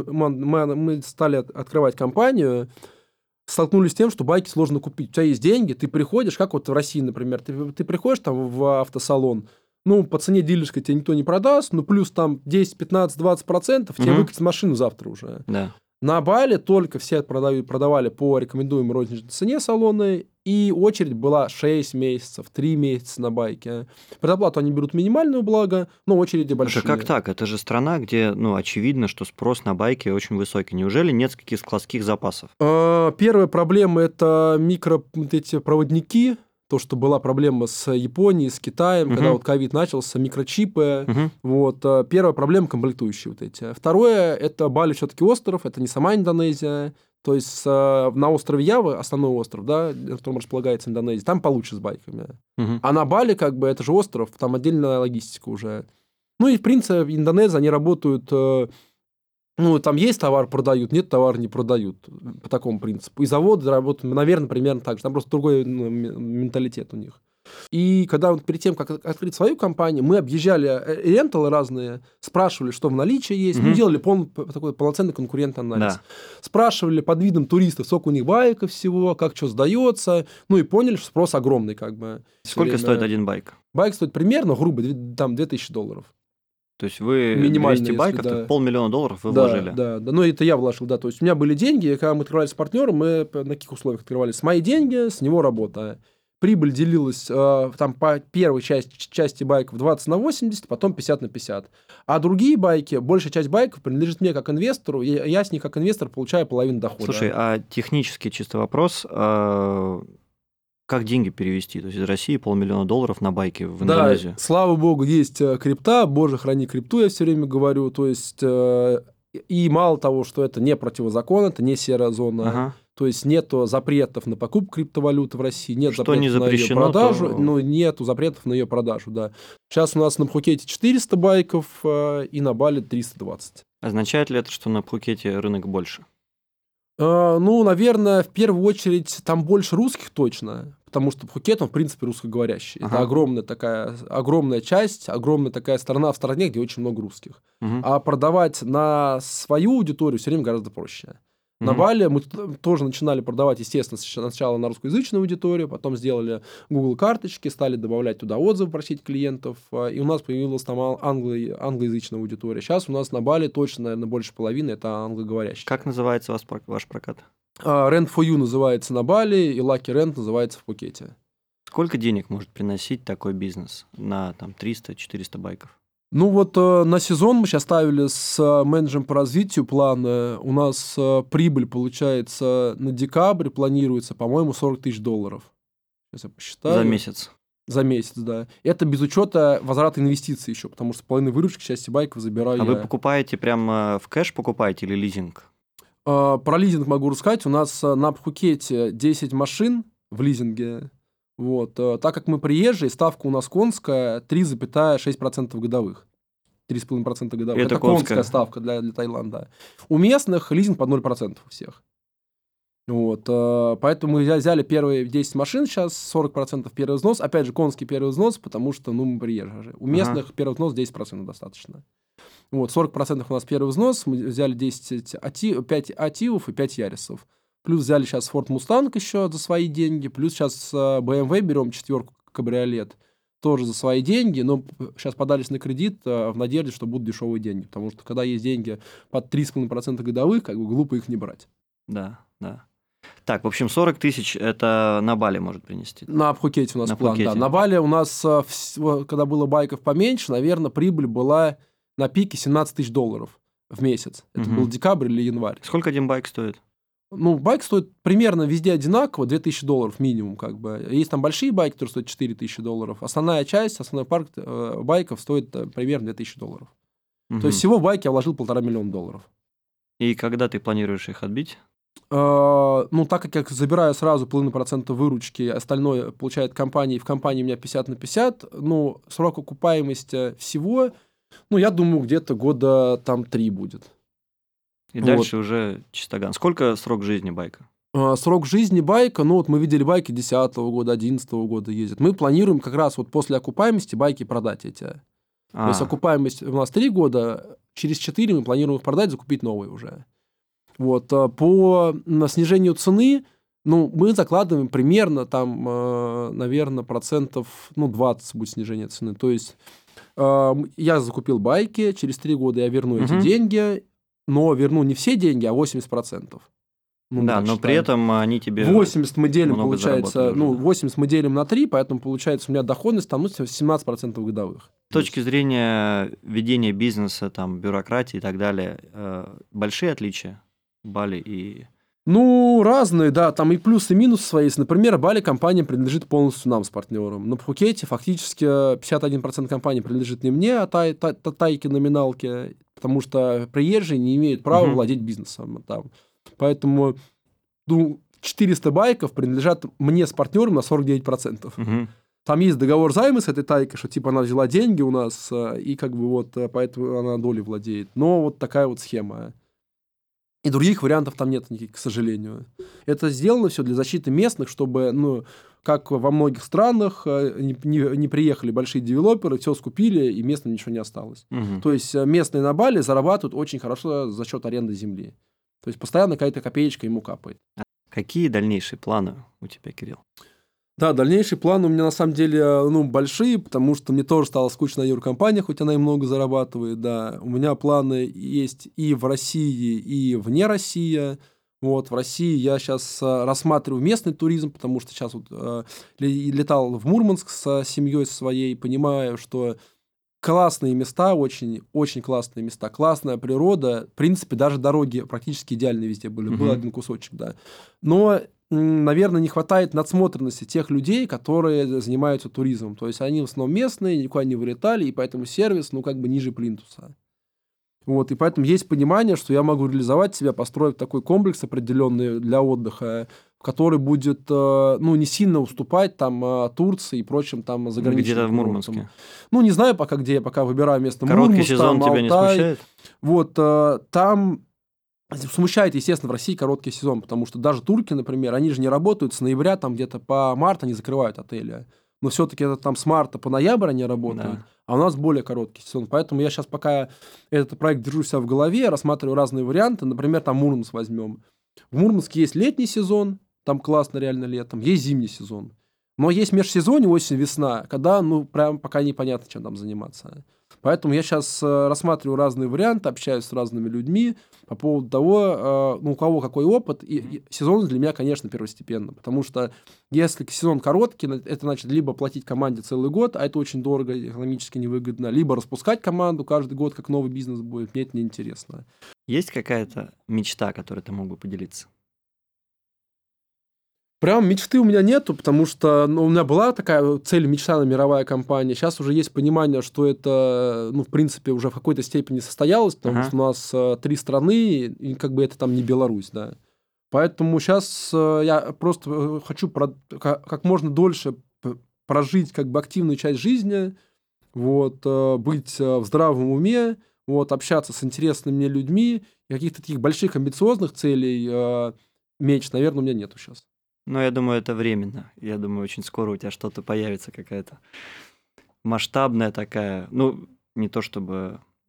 мы, мы стали открывать компанию... столкнулись с тем, что байки сложно купить. У тебя есть деньги, ты приходишь, как вот в России, например, ты, ты приходишь там в автосалон, ну, по цене дилерской тебе никто не продаст, ну, плюс там десять, пятнадцать, двадцать процентов, тебе угу. выкатят машину завтра уже. Да. На Бали только все продавали, продавали по рекомендуемой розничной цене салоны, и очередь была шесть месяцев, три месяца на байке. Предоплату они берут минимальную, благо, но очереди большие. Слушай, как так? Это же страна, где, ну, очевидно, что спрос на байки очень высокий. Неужели нет каких складских запасов? Первая проблема – это микро вот эти проводники. То, что была проблема с Японией, с Китаем, uh-huh. когда вот ковид начался, микрочипы. Uh-huh. Вот. Первая проблема – комплектующие вот эти. Второе – это Бали все-таки остров, это не сама Индонезия. То есть на острове Ява, основной остров, да, на котором располагается Индонезия, там получше с байками. Uh-huh. А на Бали, как бы, это же остров, там отдельная логистика уже. Ну и, в принципе, Индонезия, они работают... Ну, там есть товар, продают, нет товара, не продают. По такому принципу. И заводы работают, наверное, примерно так же. Там просто другой ну, менталитет у них. И когда вот перед тем, как открыть свою компанию, мы объезжали ренталы разные, спрашивали, что в наличии есть, mm-hmm. ну, делали пол, такой полноценный конкурентный анализ. Да. Спрашивали под видом туристов, сколько у них байков всего, как что сдается. Ну, и поняли, что спрос огромный. Как бы. Сколько время... стоит один байк? Байк стоит примерно, грубо, там две тысячи долларов. То есть вы двести байков, да. полмиллиона долларов вы да, вложили? Да, да, ну это я вложил, да. То есть у меня были деньги, когда мы открывали с партнером, мы на каких условиях открывали? С мои деньги, с него работа. Прибыль делилась э, там по первой части, части байков двадцать на восемьдесят, потом пятьдесят на пятьдесят. А другие байки, большая часть байков принадлежит мне как инвестору, и я с них как инвестор получаю половину дохода. Слушай, а технически чисто вопрос... Э... Как деньги перевести? То есть из России полмиллиона долларов на байки в Индонезию? Да, слава богу, есть крипта, боже, храни крипту, я все время говорю. То есть, и мало того, что это не противозакон, это не серая зона, ага. то есть нету запретов на покупку криптовалюты в России, нет что запретов не запрещено, на ее продажу, то... ну, нету запретов на ее продажу, да. Сейчас у нас на Пхукете четыреста байков и на Бали триста двадцать. Означает ли это, что на Пхукете рынок больше? Uh, ну, наверное, в первую очередь там больше русских точно, потому что Пхукет, он, в принципе, русскоговорящий. Ага. Это огромная такая, огромная часть, огромная такая страна в стране, где очень много русских. Угу. А продавать на свою аудиторию все время гораздо проще. На mm-hmm. Бали мы тоже начинали продавать, естественно, сначала на русскоязычную аудиторию, потом сделали Google карточки, стали добавлять туда отзывы, просить клиентов, и у нас появилась там англо- англоязычная аудитория. Сейчас у нас на Бали точно, наверное, больше половины это англоговорящие. Как называется ваш, ваш прокат? Rent for You называется на Бали, и Lucky Rent называется в Пхукете. Сколько денег может приносить такой бизнес на там, триста-четыреста байков? Ну вот э, на сезон мы сейчас ставили с э, менеджером по развитию планы. У нас э, прибыль получается на декабрь планируется, по-моему, сорок тысяч долларов. Сейчас я посчитаю. За месяц? За месяц, да. Это без учета возврата инвестиций еще, потому что половину выручки части байков забираю а я. А вы покупаете прямо в кэш покупаете или лизинг? Э, про лизинг могу рассказать. У нас на Пхукете десять машин в лизинге. Вот. Так как мы приезжие, ставка у нас конская три целых шесть десятых процента годовых. три целых пять десятых процента годовых. Это, Это конская. конская ставка для, для Таиланда. У местных лизинг под ноль процентов у всех. Вот. Поэтому мы взяли первые десять машин, сейчас сорок процентов первый взнос. Опять же, конский первый взнос, потому что ну, мы приезжие. У местных ага. первый взнос десять процентов достаточно. Вот, сорок процентов у нас первый взнос, мы взяли десять ати, пять ативов и пять ярисов. Плюс взяли сейчас Ford Mustang еще за свои деньги, плюс сейчас бэ эм вэ берем четверку кабриолет тоже за свои деньги, но сейчас подались на кредит в надежде, что будут дешевые деньги, потому что когда есть деньги под три целых пять десятых процента годовых, как бы глупо их не брать. Да, да. Так, в общем, сорок тысяч это на Бали может принести. На Пхукете у нас на план, Пхукете. да. На Бали у нас, когда было байков поменьше, наверное, прибыль была на пике семнадцать тысяч долларов в месяц. Это Угу. был декабрь или январь. Сколько один байк стоит? Ну, байк стоит примерно везде одинаково, две тысячи долларов минимум, как бы. Есть там большие байки, которые стоят четыре тысячи долларов. Основная часть, основной парк э, байков стоит э, примерно две тысячи долларов. Угу. То есть всего в байке я вложил полтора миллиона долларов. И когда ты планируешь их отбить? Э, ну, так как я забираю сразу половину процента выручки, остальное получает компания, и в компании у меня пятьдесят на пятьдесят, ну, срок окупаемости всего, ну, я думаю, где-то года там три будет. И Вот. дальше уже чистоган. Сколько срок жизни байка? Срок жизни байка, ну вот мы видели байки десятого года, одиннадцатого года ездят. Мы планируем как раз вот после окупаемости байки продать эти. А. То есть окупаемость у нас три года, через четыре мы планируем их продать, закупить новые уже. Вот. По снижению цены, ну, мы закладываем примерно там, наверное, процентов, ну, двадцать будет снижение цены. То есть я закупил байки, через три года я верну эти Угу. деньги, но верну не все деньги, а восемьдесят процентов. Ну, да, но считаем. При этом они тебе восемьдесят мы делим, много получается, уже, ну, да. восемьдесят мы делим на три, поэтому получается у меня доходность там ну, семнадцать процентов годовых. С точки зрения ведения бизнеса, там, бюрократии и так далее, э, большие отличия Бали и... Ну, разные, да, там и плюсы, и минусы свои есть. Например, Бали компания принадлежит полностью нам с партнером. На Пхукете фактически пятьдесят один процент компании принадлежит не мне, а тай, тай, тайке номиналке, потому что приезжие не имеют права uh-huh. владеть бизнесом там. Поэтому ну, четыреста байков принадлежат мне с партнером на сорок девять процентов. Uh-huh. Там есть договор займа с этой тайкой, что типа она взяла деньги у нас, и как бы вот поэтому она долей владеет. Но вот такая вот схема. И других вариантов там нет никаких, к сожалению. Это сделано все для защиты местных, чтобы, ну, как во многих странах, не, не, не приехали большие девелоперы, все скупили, и местным ничего не осталось. Uh-huh. То есть местные на Бали зарабатывают очень хорошо за счет аренды земли. То есть постоянно какая-то копеечка ему капает. Какие дальнейшие планы у тебя, Кирилл? Да, дальнейшие планы у меня на самом деле ну, большие, потому что мне тоже стало скучно на юркомпаниях, хоть она и много зарабатывает, да. У меня планы есть и в России, и вне России. Вот, в России я сейчас рассматриваю местный туризм, потому что сейчас вот э, летал в Мурманск с семьей своей, понимаю, что классные места, очень, очень классные места, классная природа. В принципе, даже дороги практически идеальные везде были. Uh-huh. Был один кусочек, да. Но, наверное, не хватает надсмотренности тех людей, которые занимаются туризмом. То есть они в основном местные, никуда не вылетали, и поэтому сервис, ну, как бы ниже плинтуса. Вот, и поэтому есть понимание, что я могу реализовать себя, построив такой комплекс определенный для отдыха, который будет, ну, не сильно уступать там Турции и прочим там заграничным. Где-то в Мурманске. Ну, не знаю пока где, я пока выбираю место. Короткий Мурманск, сезон там, тебя не Алтай. смущает? Вот, там смущает, естественно, в России короткий сезон, потому что даже турки, например, они же не работают с ноября, там где-то по март они закрывают отели. Но все-таки это там с марта по ноябрь они работают, да. А у нас более короткий сезон. Поэтому я сейчас пока этот проект держу себя в голове, рассматриваю разные варианты. Например, там Мурманск возьмем. В Мурманске есть летний сезон, там классно реально летом, есть зимний сезон. Но есть межсезонье, осень-весна, когда, ну, прям пока непонятно, чем там заниматься. Поэтому я сейчас рассматриваю разные варианты, общаюсь с разными людьми по поводу того, ну, у кого какой опыт. И, и сезон для меня, конечно, первостепенно. Потому что если сезон короткий, это значит либо платить команде целый год, а это очень дорого, экономически невыгодно, либо распускать команду каждый год, как новый бизнес будет. Мне это неинтересно. Есть какая-то мечта, которой ты мог бы поделиться? Прям мечты у меня нету, потому что ну, у меня была такая цель, мечта на мировая компания. Сейчас уже есть понимание, что это, ну, в принципе, уже в какой-то степени состоялось, потому ага. что у нас э, три страны, и как бы это там не Беларусь, да. Поэтому сейчас э, я просто хочу про, как, как можно дольше прожить как бы активную часть жизни, вот, э, быть э, в здравом уме, вот, общаться с интересными мне людьми, и каких-то таких больших амбициозных целей, э, меч, наверное, у меня нету сейчас. Ну, я думаю, это временно. Я думаю, очень скоро у тебя что-то появится, какая-то масштабная такая, ну, не то чтобы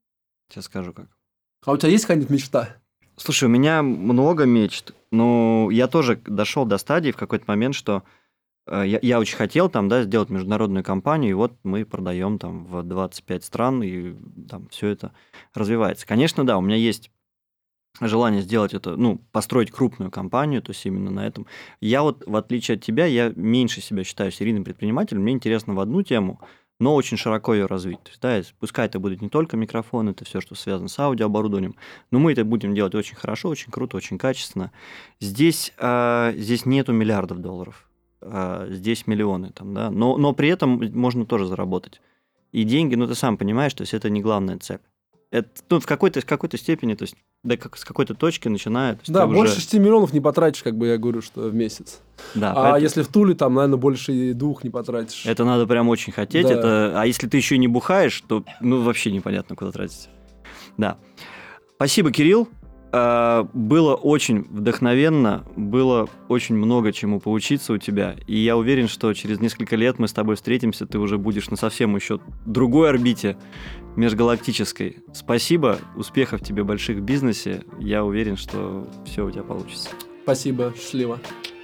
Сейчас скажу как. А у тебя есть какая-нибудь мечта? Слушай, у меня много мечт, но я тоже дошел до стадии в какой-то момент, что э, я, я очень хотел там, да, сделать международную компанию, и вот мы продаем там в двадцать пять стран, и там все это развивается. Конечно, да, у меня есть желание сделать это, ну, построить крупную компанию, то есть именно на этом. Я вот, в отличие от тебя, я меньше себя считаю серийным предпринимателем, мне интересно в одну тему, но очень широко ее развить. То есть, да, пускай это будет не только микрофон, это все, что связано с аудиооборудованием, но мы это будем делать очень хорошо, очень круто, очень качественно. Здесь, а, здесь нету миллиардов долларов, а, здесь миллионы, там, да, но, но при этом можно тоже заработать. И деньги, ну, ты сам понимаешь, то есть это не главная цель. Это, ну, в какой-то, в какой-то степени, то есть, да, как, с какой-то точки начиная. То есть Да, ты больше уже... шести миллионов не потратишь, как бы я говорю, что в месяц. Да, а поэтому... если в Туле, там, наверное, больше и двух не потратишь. Это надо прям очень хотеть. Да. Это... А если ты еще и не бухаешь, то ну, вообще непонятно, куда тратить. Да. Спасибо, Кирилл. Было очень вдохновенно, было очень много чему поучиться у тебя, и я уверен, что через несколько лет мы с тобой встретимся, ты уже будешь на совсем еще другой орбите межгалактической. Спасибо, успехов тебе больших в бизнесе, я уверен, что все у тебя получится. Спасибо, счастливо.